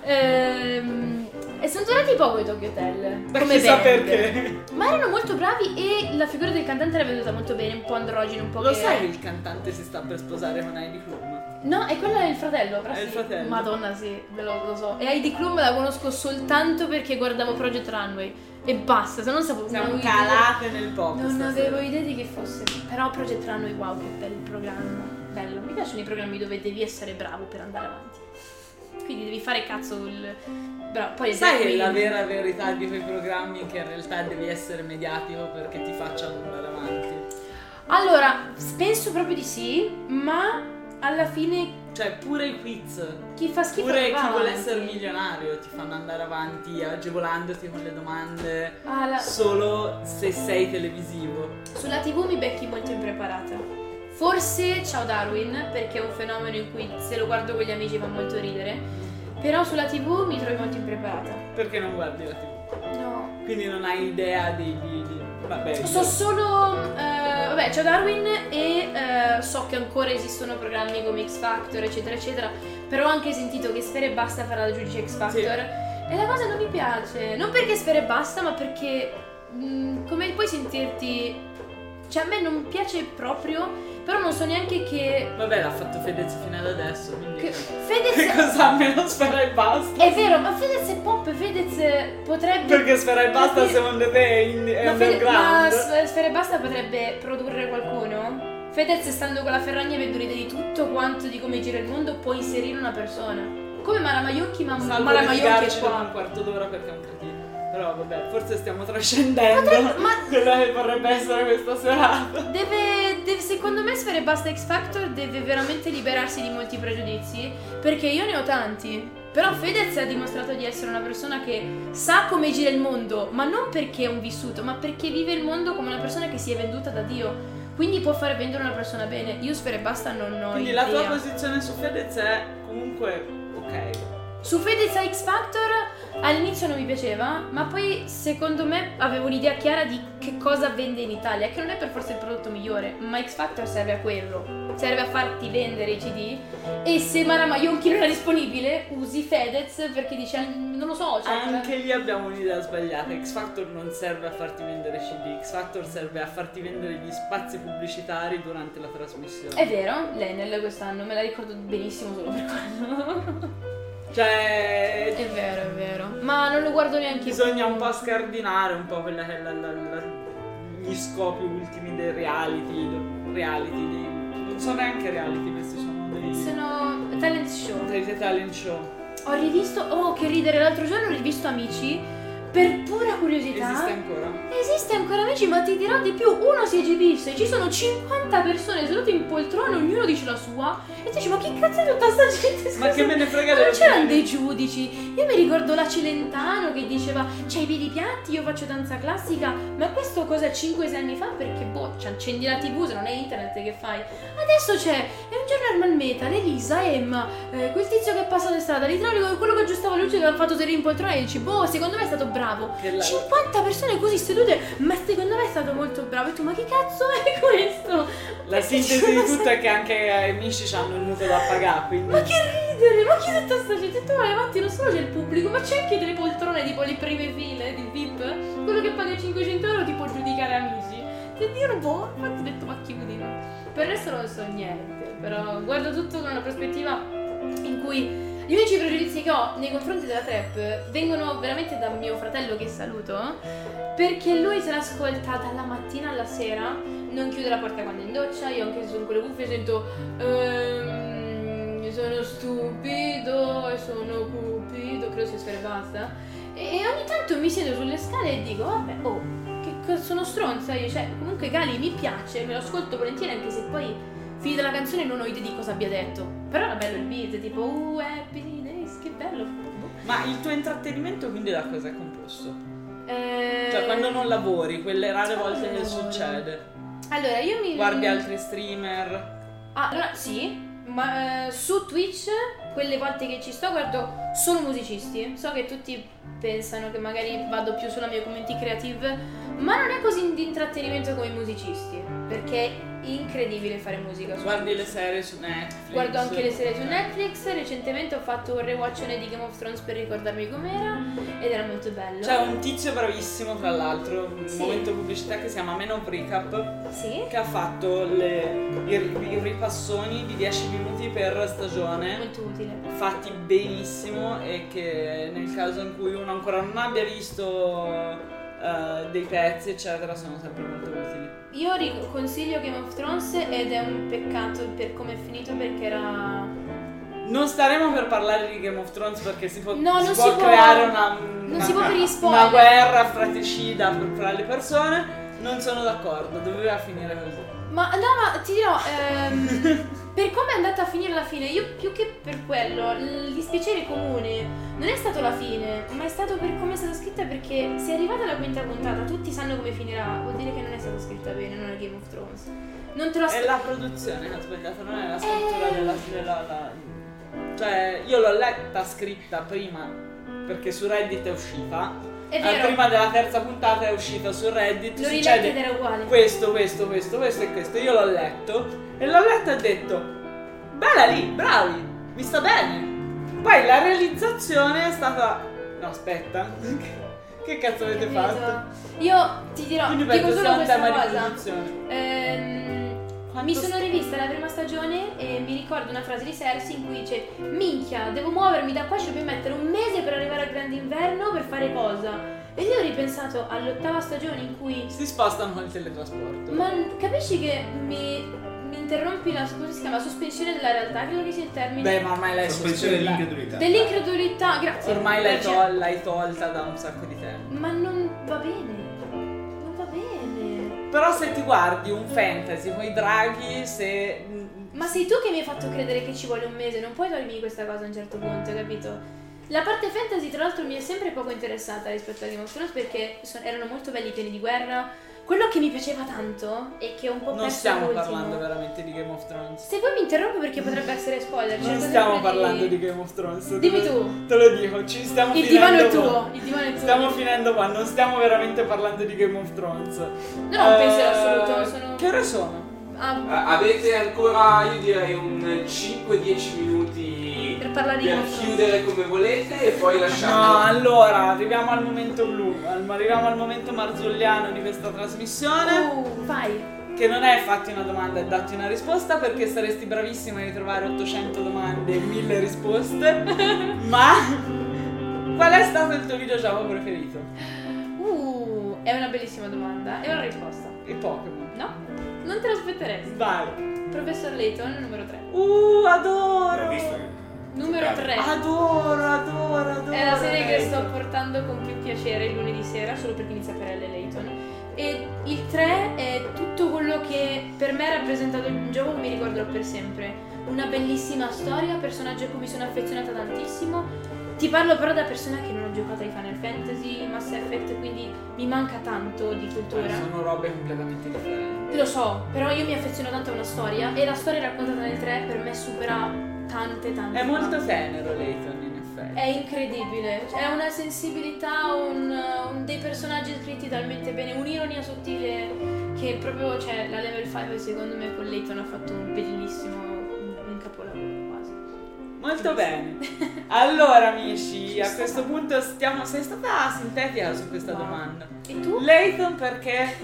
ehm, e sono durati poco i Tokyo Hotel. Beh, Come chissà band. perché. Ma erano molto bravi e la figura del cantante era venuta molto bene, un po' androgeno, un po' Lo che... sai che il cantante si sta per sposare con Heidi Klum? No, e quello è il fratello, però È sì. il fratello. Madonna sì, ve lo, lo so. E Heidi Klum la conosco soltanto perché guardavo Project Runway. E basta, se non sapevo... Siamo non avevo calate nel pop. idea- Non stasera. avevo idea di che fosse. Però Project Runway, wow, che bel programma. Bello, mi piacciono i programmi dove devi essere bravo per andare avanti. Quindi devi fare cazzo il... Bravo, poi Sai drag che la queen- vera verità di quei programmi è che in realtà devi essere mediatico perché ti facciano andare avanti. Allora, penso proprio di sì, ma alla fine Cioè pure i quiz, chi fa schifo pure non chi va vuole avanti. essere milionario ti fanno andare avanti agevolandoti con le domande Ah, la- solo se sei televisivo. Sulla tivù mi becchi molto impreparata. Forse Ciao Darwin, perché è un fenomeno in cui se lo guardo con gli amici fa molto ridere. Però sulla tivù mi trovi molto impreparata. Perché non guardi la tivù? No. Quindi non hai idea di... di, di... Vabbè. So solo... eh, vabbè, Ciao Darwin e eh, so che ancora esistono programmi come X Factor, eccetera, eccetera. Però ho anche sentito che Sfera Ebbasta farà la giudice X Factor. Sì. E la cosa non mi piace. Non perché Sfera Ebbasta, ma perché... mh, come puoi sentirti... Cioè a me non piace proprio... Però non so neanche che... Vabbè, l'ha fatto Fedez fino ad adesso, quindi... che Che Fedez... cosa ha meno Sfera e basta? È vero, ma Fedez è pop, Fedez potrebbe... Perché Sfera e basta Fede- secondo te è, in, è Ma, Fede- ma underground? S- Sfera e Basta potrebbe produrre qualcuno? Fedez, stando con la Ferragni, avendo un'idea di tutto quanto di come gira il mondo, può inserire una persona. Come Mara Maiocchi, ma Salvo Mara Maiocchi litigarci è dopo un qua. quarto d'ora perché è un cretino. Però vabbè, forse stiamo trascendendo Potrebbe- ma- quella che vorrebbe essere questa serata. Deve, deve- secondo me Sfera e Basta X Factor deve veramente liberarsi di molti pregiudizi, perché io ne ho tanti. Però Fedez ha dimostrato di essere una persona che sa come gira il mondo, ma non perché è un vissuto, ma perché vive il mondo come una persona che si è venduta da Dio. Quindi può fare vendere una persona bene. Io Sfera e Basta non ho Quindi idea. la tua posizione su Fedez è comunque ok. Su Fedez a X Factor all'inizio non mi piaceva, ma poi secondo me avevo un'idea chiara di che cosa vende in Italia, che non è per forza il prodotto migliore, ma X Factor serve a quello, serve a farti vendere i C D. E se Mara Maiocchi non è disponibile, usi Fedez perché dice non lo so, cioè, Anche lì abbiamo un'idea sbagliata. X Factor non serve a farti vendere C D, X Factor serve a farti vendere gli spazi pubblicitari durante la trasmissione. È vero, l'Enel quest'anno me la ricordo benissimo solo per quello. Cioè, È vero, è vero, ma non lo guardo neanche bisogna più. un po' scardinare un po' quella che è la, la- la- gli scopi ultimi del reality, del reality dei, non so neanche reality, questi sono dei, Sono talent show. dei talent show. Ho rivisto, oh che ridere, l'altro giorno ho rivisto Amici per pura curiosità. Esiste ancora? Esiste ancora Amici, ma ti dirò di più, uno si esibisce, ci sono cinquanta persone sedute in poltrone, ognuno dice la sua, e tu dici ma che cazzo è tutta sta gente? Ma che me ne frega Ma delle non c'erano opinioni? dei giudici. Io mi ricordo la Celentano che diceva c'hai i piedi piatti, io faccio danza classica, ma questo cosa cinque sei anni fa? Perché boh, ci accendi la tivù, se non è internet che fai? Adesso c'è, è un giorno Normal Metal, Elisa, Emma, eh, quel tizio che è passato in strada, l'idraulico, quello che aggiustava le luci che aveva fatto sedere in poltrona e dici boh, secondo me è stato bravo. Che la- cinquanta persone così sedute, ma secondo me è stato molto bravo. E tu, ma che cazzo è questo? La sintesi di tutto è che anche amici hanno il mutuo da pagare, quindi... Ma che ridere, ma chi è tutta sta gente? Tu vai avanti, non solo c'è il pubblico, ma c'è anche delle poltrone tipo le prime file di V I P. Quello che paga cinquecento euro ti può giudicare Amici. Se io non può, infatti ho detto ma chiudilo. Per il resto non so niente, però guardo tutto da una prospettiva in cui gli unici pregiudizi che ho nei confronti della trap vengono veramente da mio fratello, che saluto, perché lui se l'ascolta dalla mattina alla sera, non chiude la porta quando è in doccia. Io anche se sono con le cuffie sento ehm, sono stupido e sono cupido, credo sia Sfera e Basta, e ogni tanto mi siedo sulle scale e dico vabbè, oh, che cosa sono stronza io, cioè comunque Gali mi piace, me lo ascolto volentieri, anche se poi finita la canzone non ho idea di cosa abbia detto. Però era bello il beat, tipo uh happy days, che bello. Ma il tuo intrattenimento quindi da cosa è composto? Eh... Cioè quando non lavori, quelle rare volte Quando che non lavoro. succede? Allora io mi... Guardi altri streamer? Ah, allora sì, ma eh, su Twitch quelle volte che ci sto guardo solo musicisti. So che tutti pensano che magari vado più sulla mia community creative, ma non è così di intrattenimento come i musicisti, perché è incredibile fare musica su Guardi Twitch. le serie su Netflix? Guardo anche le serie su Eh. Netflix. Recentemente ho fatto un rewatchone di Game of Thrones per ricordarmi com'era ed era molto bello. C'è un tizio bravissimo, tra l'altro, un Sì. momento pubblicità che si chiama Men of Recap, Sì? che ha fatto le, i, i ripassoni di dieci minuti per stagione, Molto utile. fatti benissimo, e che nel caso in cui uno ancora non abbia visto eh, dei pezzi eccetera sono sempre molto utili. Io ric- consiglio Game of Thrones ed è un peccato per come è finito, perché era... Non staremo per parlare di Game of Thrones perché si può, No, si non può si può- creare una, non si può per gli una spoiler. guerra fratricida per- fra le persone. Non sono d'accordo, doveva finire così. Ma no, ma ti dirò, ehm, per come è andata a finire alla fine, io più che per quello, il dispiacere comune non è stato la fine, ma è stato per come è stata scritta, perché se è arrivata alla quinta puntata, tutti sanno come finirà, vuol dire che non è stata scritta bene, non è Game of Thrones. Non te lo È aspetti. la produzione che ha sbagliato, non è la scrittura Eh. della, della la- cioè io l'ho letta scritta prima perché su Reddit è uscita. È Eh, vero, prima della terza puntata è uscita su Reddit. l'ho Succede riletta ed era uguale. questo, questo, questo, questo e questo. Io l'ho letto e l'ho letto e ho detto bella lì, bravi, mi sta bene. Poi la realizzazione è stata no aspetta che cazzo avete Capito? fatto? Io ti dirò, Quindi dico penso solo sia un questa tema di cosa. produzione. Ehm, Quanto mi sono st- rivista la prima stagione e mi ricordo una frase di Cersei in cui dice: minchia, devo muovermi da qua, ci devo mettere un mese per arrivare al grande inverno per fare cosa? E io ho ripensato all'ottava stagione in cui... Si spostano col teletrasporto. Ma capisci che mi, mi interrompi la, come si chiama, sospensione della realtà, credo che sia il termine. Beh, ma ormai lei Sospensione sospesa. dell'incredulità. Dell'incredulità, grazie. Ormai l'hai, Perché- tol- l'hai tolta da un sacco di tempo. Ma non va bene. Non va bene. Però se ti guardi un fantasy con i draghi, se... Ma sei tu che mi hai fatto credere che ci vuole un mese, non puoi togliermi questa cosa a un certo punto, capito? La parte fantasy tra l'altro mi è sempre poco interessata rispetto a Game of Thrones, perché so- erano molto belli, pieni di guerra. Quello che mi piaceva tanto e che ho un po' Non perso stiamo all'ultimo. parlando veramente di Game of Thrones. Se vuoi mi interrompo perché potrebbe essere spoiler. Non cerco stiamo sempre parlando di Game of Thrones. te Dimmi lo- tu. Te lo dico, ci stiamo Il finendo divano è qua. tuo, il divano è tuo. Stiamo finendo qua, non stiamo veramente parlando di Game of Thrones. Non ho un pensiero Eh, assoluto, sono... Che ore sono? Ah, A- Avete ancora, io direi, un cinque dieci minuti per parlare di Game per of Thrones. chiudere come volete e poi No, lasciamo. allora, arriviamo al momento blu, al- arriviamo al momento marzulliano di questa trasmissione. Uh, vai. Che non è fatti una domanda e datti una risposta, perché saresti bravissima a ritrovare ottocento domande e mille risposte. Ma qual è stato il tuo videogioco preferito? Uh, è una bellissima domanda. E una risposta. Il Pokémon. No? Non te lo aspetteresti. Vai. Professor Layton, numero tre. Uh, adoro. L'ho visto che... Numero tre. Adoro, adoro, adoro. È la serie che sto Layton. portando con più piacere il lunedì sera, solo perché inizia per Elle Layton. E il tre è tutto quello che per me ha rappresentato un gioco che mi ricorderò per sempre. Una bellissima storia, personaggi a cui mi sono affezionata tantissimo. Ti parlo però da persona che non ho giocato ai Final Fantasy, Mass Effect, quindi mi manca tanto di cultura. Sono robe completamente differenti. Lo so, però io mi affeziono tanto a una storia e la storia raccontata nel tre per me supera tante tante È molto cose. tenero Layton, in effetti. È incredibile, è una sensibilità, un, un dei personaggi scritti talmente bene, un'ironia sottile che proprio, cioè, la level cinque secondo me con Layton ha fatto un bellissimo, un, un capolavoro quasi. Molto bene. Allora amici, a questo punto stiamo... sei stata sintetica su questa domanda. E tu? Layton perché...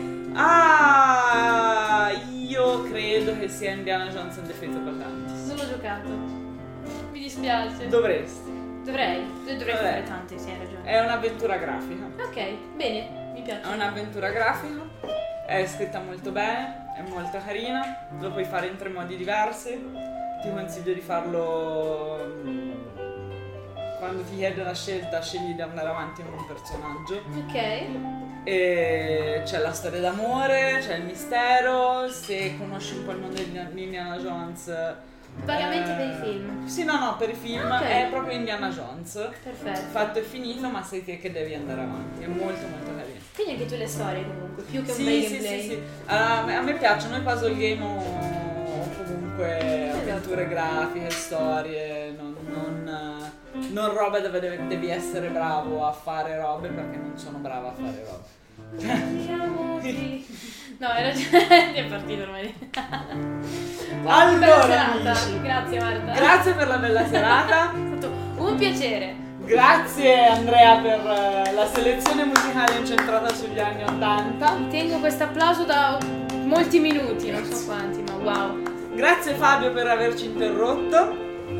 Ah, io credo che sia Indiana Jones and the Fate of Atlantis. Non l'ho giocato. Mi dispiace. Dovresti. Dovrei, dovrei Vabbè. fare tante, sì, hai ragione. È un'avventura grafica. Ok, bene, mi piace. È un'avventura grafica. È scritta molto bene, è molto carina. Lo puoi fare in tre modi diversi. Ti consiglio di farlo mm, quando ti chiede la scelta scegli di andare avanti con un personaggio. Ok. E c'è la storia d'amore, c'è il mistero, se conosci un po' il mondo di Indiana Jones. Vagamente eh, per i film. Sì, no, no, per i film Ok. è proprio Indiana Jones. Perfetto. Fatto e finito, ma sei te che devi andare avanti. È molto molto carino. Quindi anche tu le storie comunque, più che un Sì, play sì, and play. sì, sì. A me, a me piacciono i puzzle game o comunque avventure grafiche, storie, non, non, non roba dove devi, devi essere bravo a fare robe perché non sono brava a fare robe. Amiamoci. No, era già è partito ormai. Wow, Allora, bella serata. amici. Grazie Marta. Grazie per la bella serata. È stato un piacere. Grazie Andrea per eh, la selezione musicale incentrata sugli anni ottanta. Tengo questo applauso da molti minuti, non so quanti, ma wow. Grazie Fabio per averci interrotto.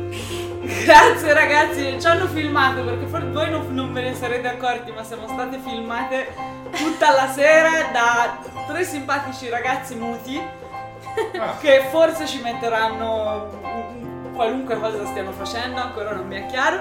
Grazie ragazzi, ci hanno filmato perché forse voi non, non ve ne sarete accorti, ma siamo state filmate tutta la sera da tre simpatici ragazzi muti che forse ci metteranno qualunque cosa stiano facendo, ancora non mi è chiaro.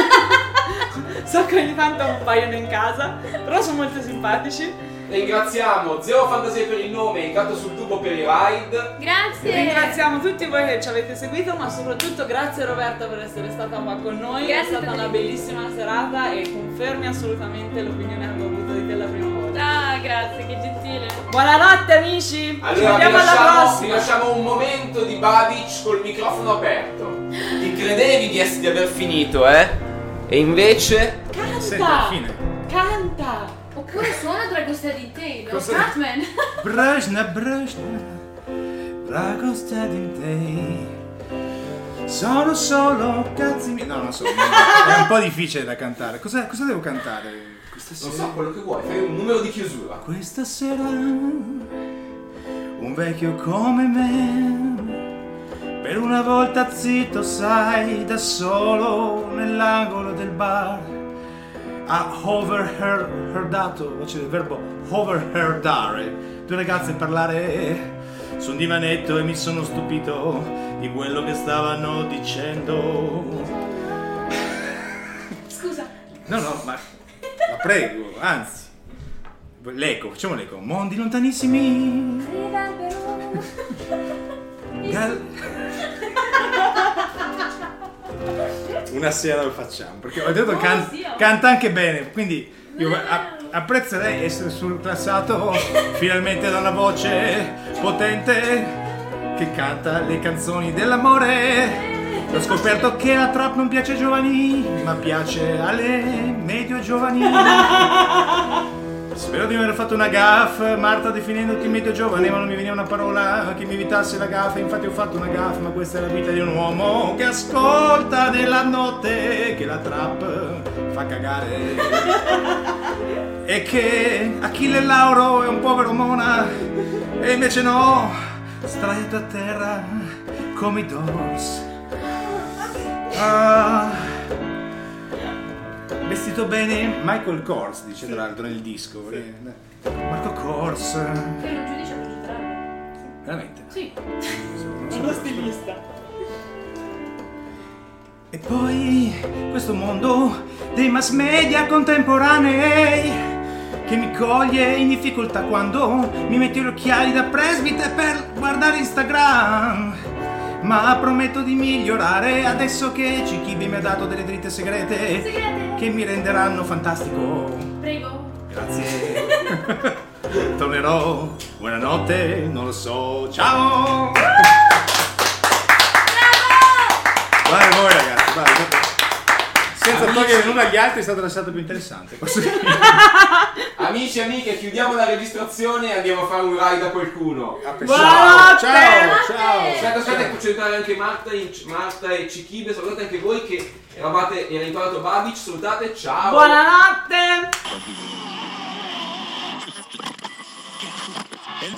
So che ogni tanto compaiono in casa, però sono molto simpatici. Ringraziamo Zero Fantasia per il nome e Gatto sul tubo per i ride. Grazie. Ringraziamo tutti voi che ci avete seguito, ma soprattutto grazie Roberta per essere stata qua con noi. Grazie è stata per una l'invito. bellissima serata e confermi assolutamente l'opinione che avevo avuto di te la prima volta. Ah, grazie, che gentile. Buonanotte amici, ci Allora vi vediamo alla lasciamo, vi prossima. lasciamo un momento di Babic col microfono aperto. Ti credevi di, essere, di aver finito, eh? E invece... Senti, alla Canta, fine. canta. Oppure suona Dragon's Dead Tale, o Cosa- Catman. Brăjna, brăjna, dragoste din tei. Sono solo cazzi miei. No, non so, è un po' difficile da cantare. Cosa, cosa devo cantare questa Non sera? so, quello che vuoi, fai un numero di chiusura. Questa sera un vecchio come me, per una volta zitto, sai, da solo nell'angolo del bar, ha overheardato, cioè il verbo overheardare, due ragazze parlare su un divanetto e mi sono stupito di quello che stavano dicendo. Scusa. No, no, ma la prego, anzi. L'eco, facciamo l'eco. Mondi lontanissimi. Gal- Una sera lo facciamo, perché ho detto Oh, can- sì, oh. canta anche bene, quindi io a- apprezzerei essere surclassato finalmente da una voce potente che canta le canzoni dell'amore. Ho scoperto che la trap non piace ai giovani, ma piace alle medio giovani. Spero di non aver fatto una gaffe, Marta, definendoti medio giovane, ma non mi veniva una parola che mi evitasse la gaffe. Infatti ho fatto una gaffe, ma questa è la vita di un uomo che ascolta nella notte che la trap fa cagare. E che Achille Lauro è un povero mona, e invece no, sdraiato a terra come i Doors. Ah, vestito bene Michael Kors, dice tra l'altro nel disco. Eh, Marco Kors. Che è un giudice magistrale. Veramente? Sì. Non so Uno cosa. stilista. E poi questo mondo dei mass media contemporanei che mi coglie in difficoltà quando mi metto gli occhiali da presbite per guardare Instagram. Ma prometto di migliorare adesso che Cichibi mi ha dato delle dritte segrete, Segrete. che mi renderanno fantastico. Prego. Grazie. Tornerò. Buonanotte, non lo so. Ciao. Vai voi ragazzi, vai. Senza Amici. togliere nulla agli altri è stato lasciato più interessante. Posso dire? Amici e amiche, chiudiamo la registrazione e andiamo a fare un ride a qualcuno. A Buonanotte. Ciao, ciao. Aspetta, aspetta, che faccio entrare anche Marta, e- Marta e Cichibe, salutate anche voi che eravate, era imparato Babic, salutate, ciao! Buonanotte.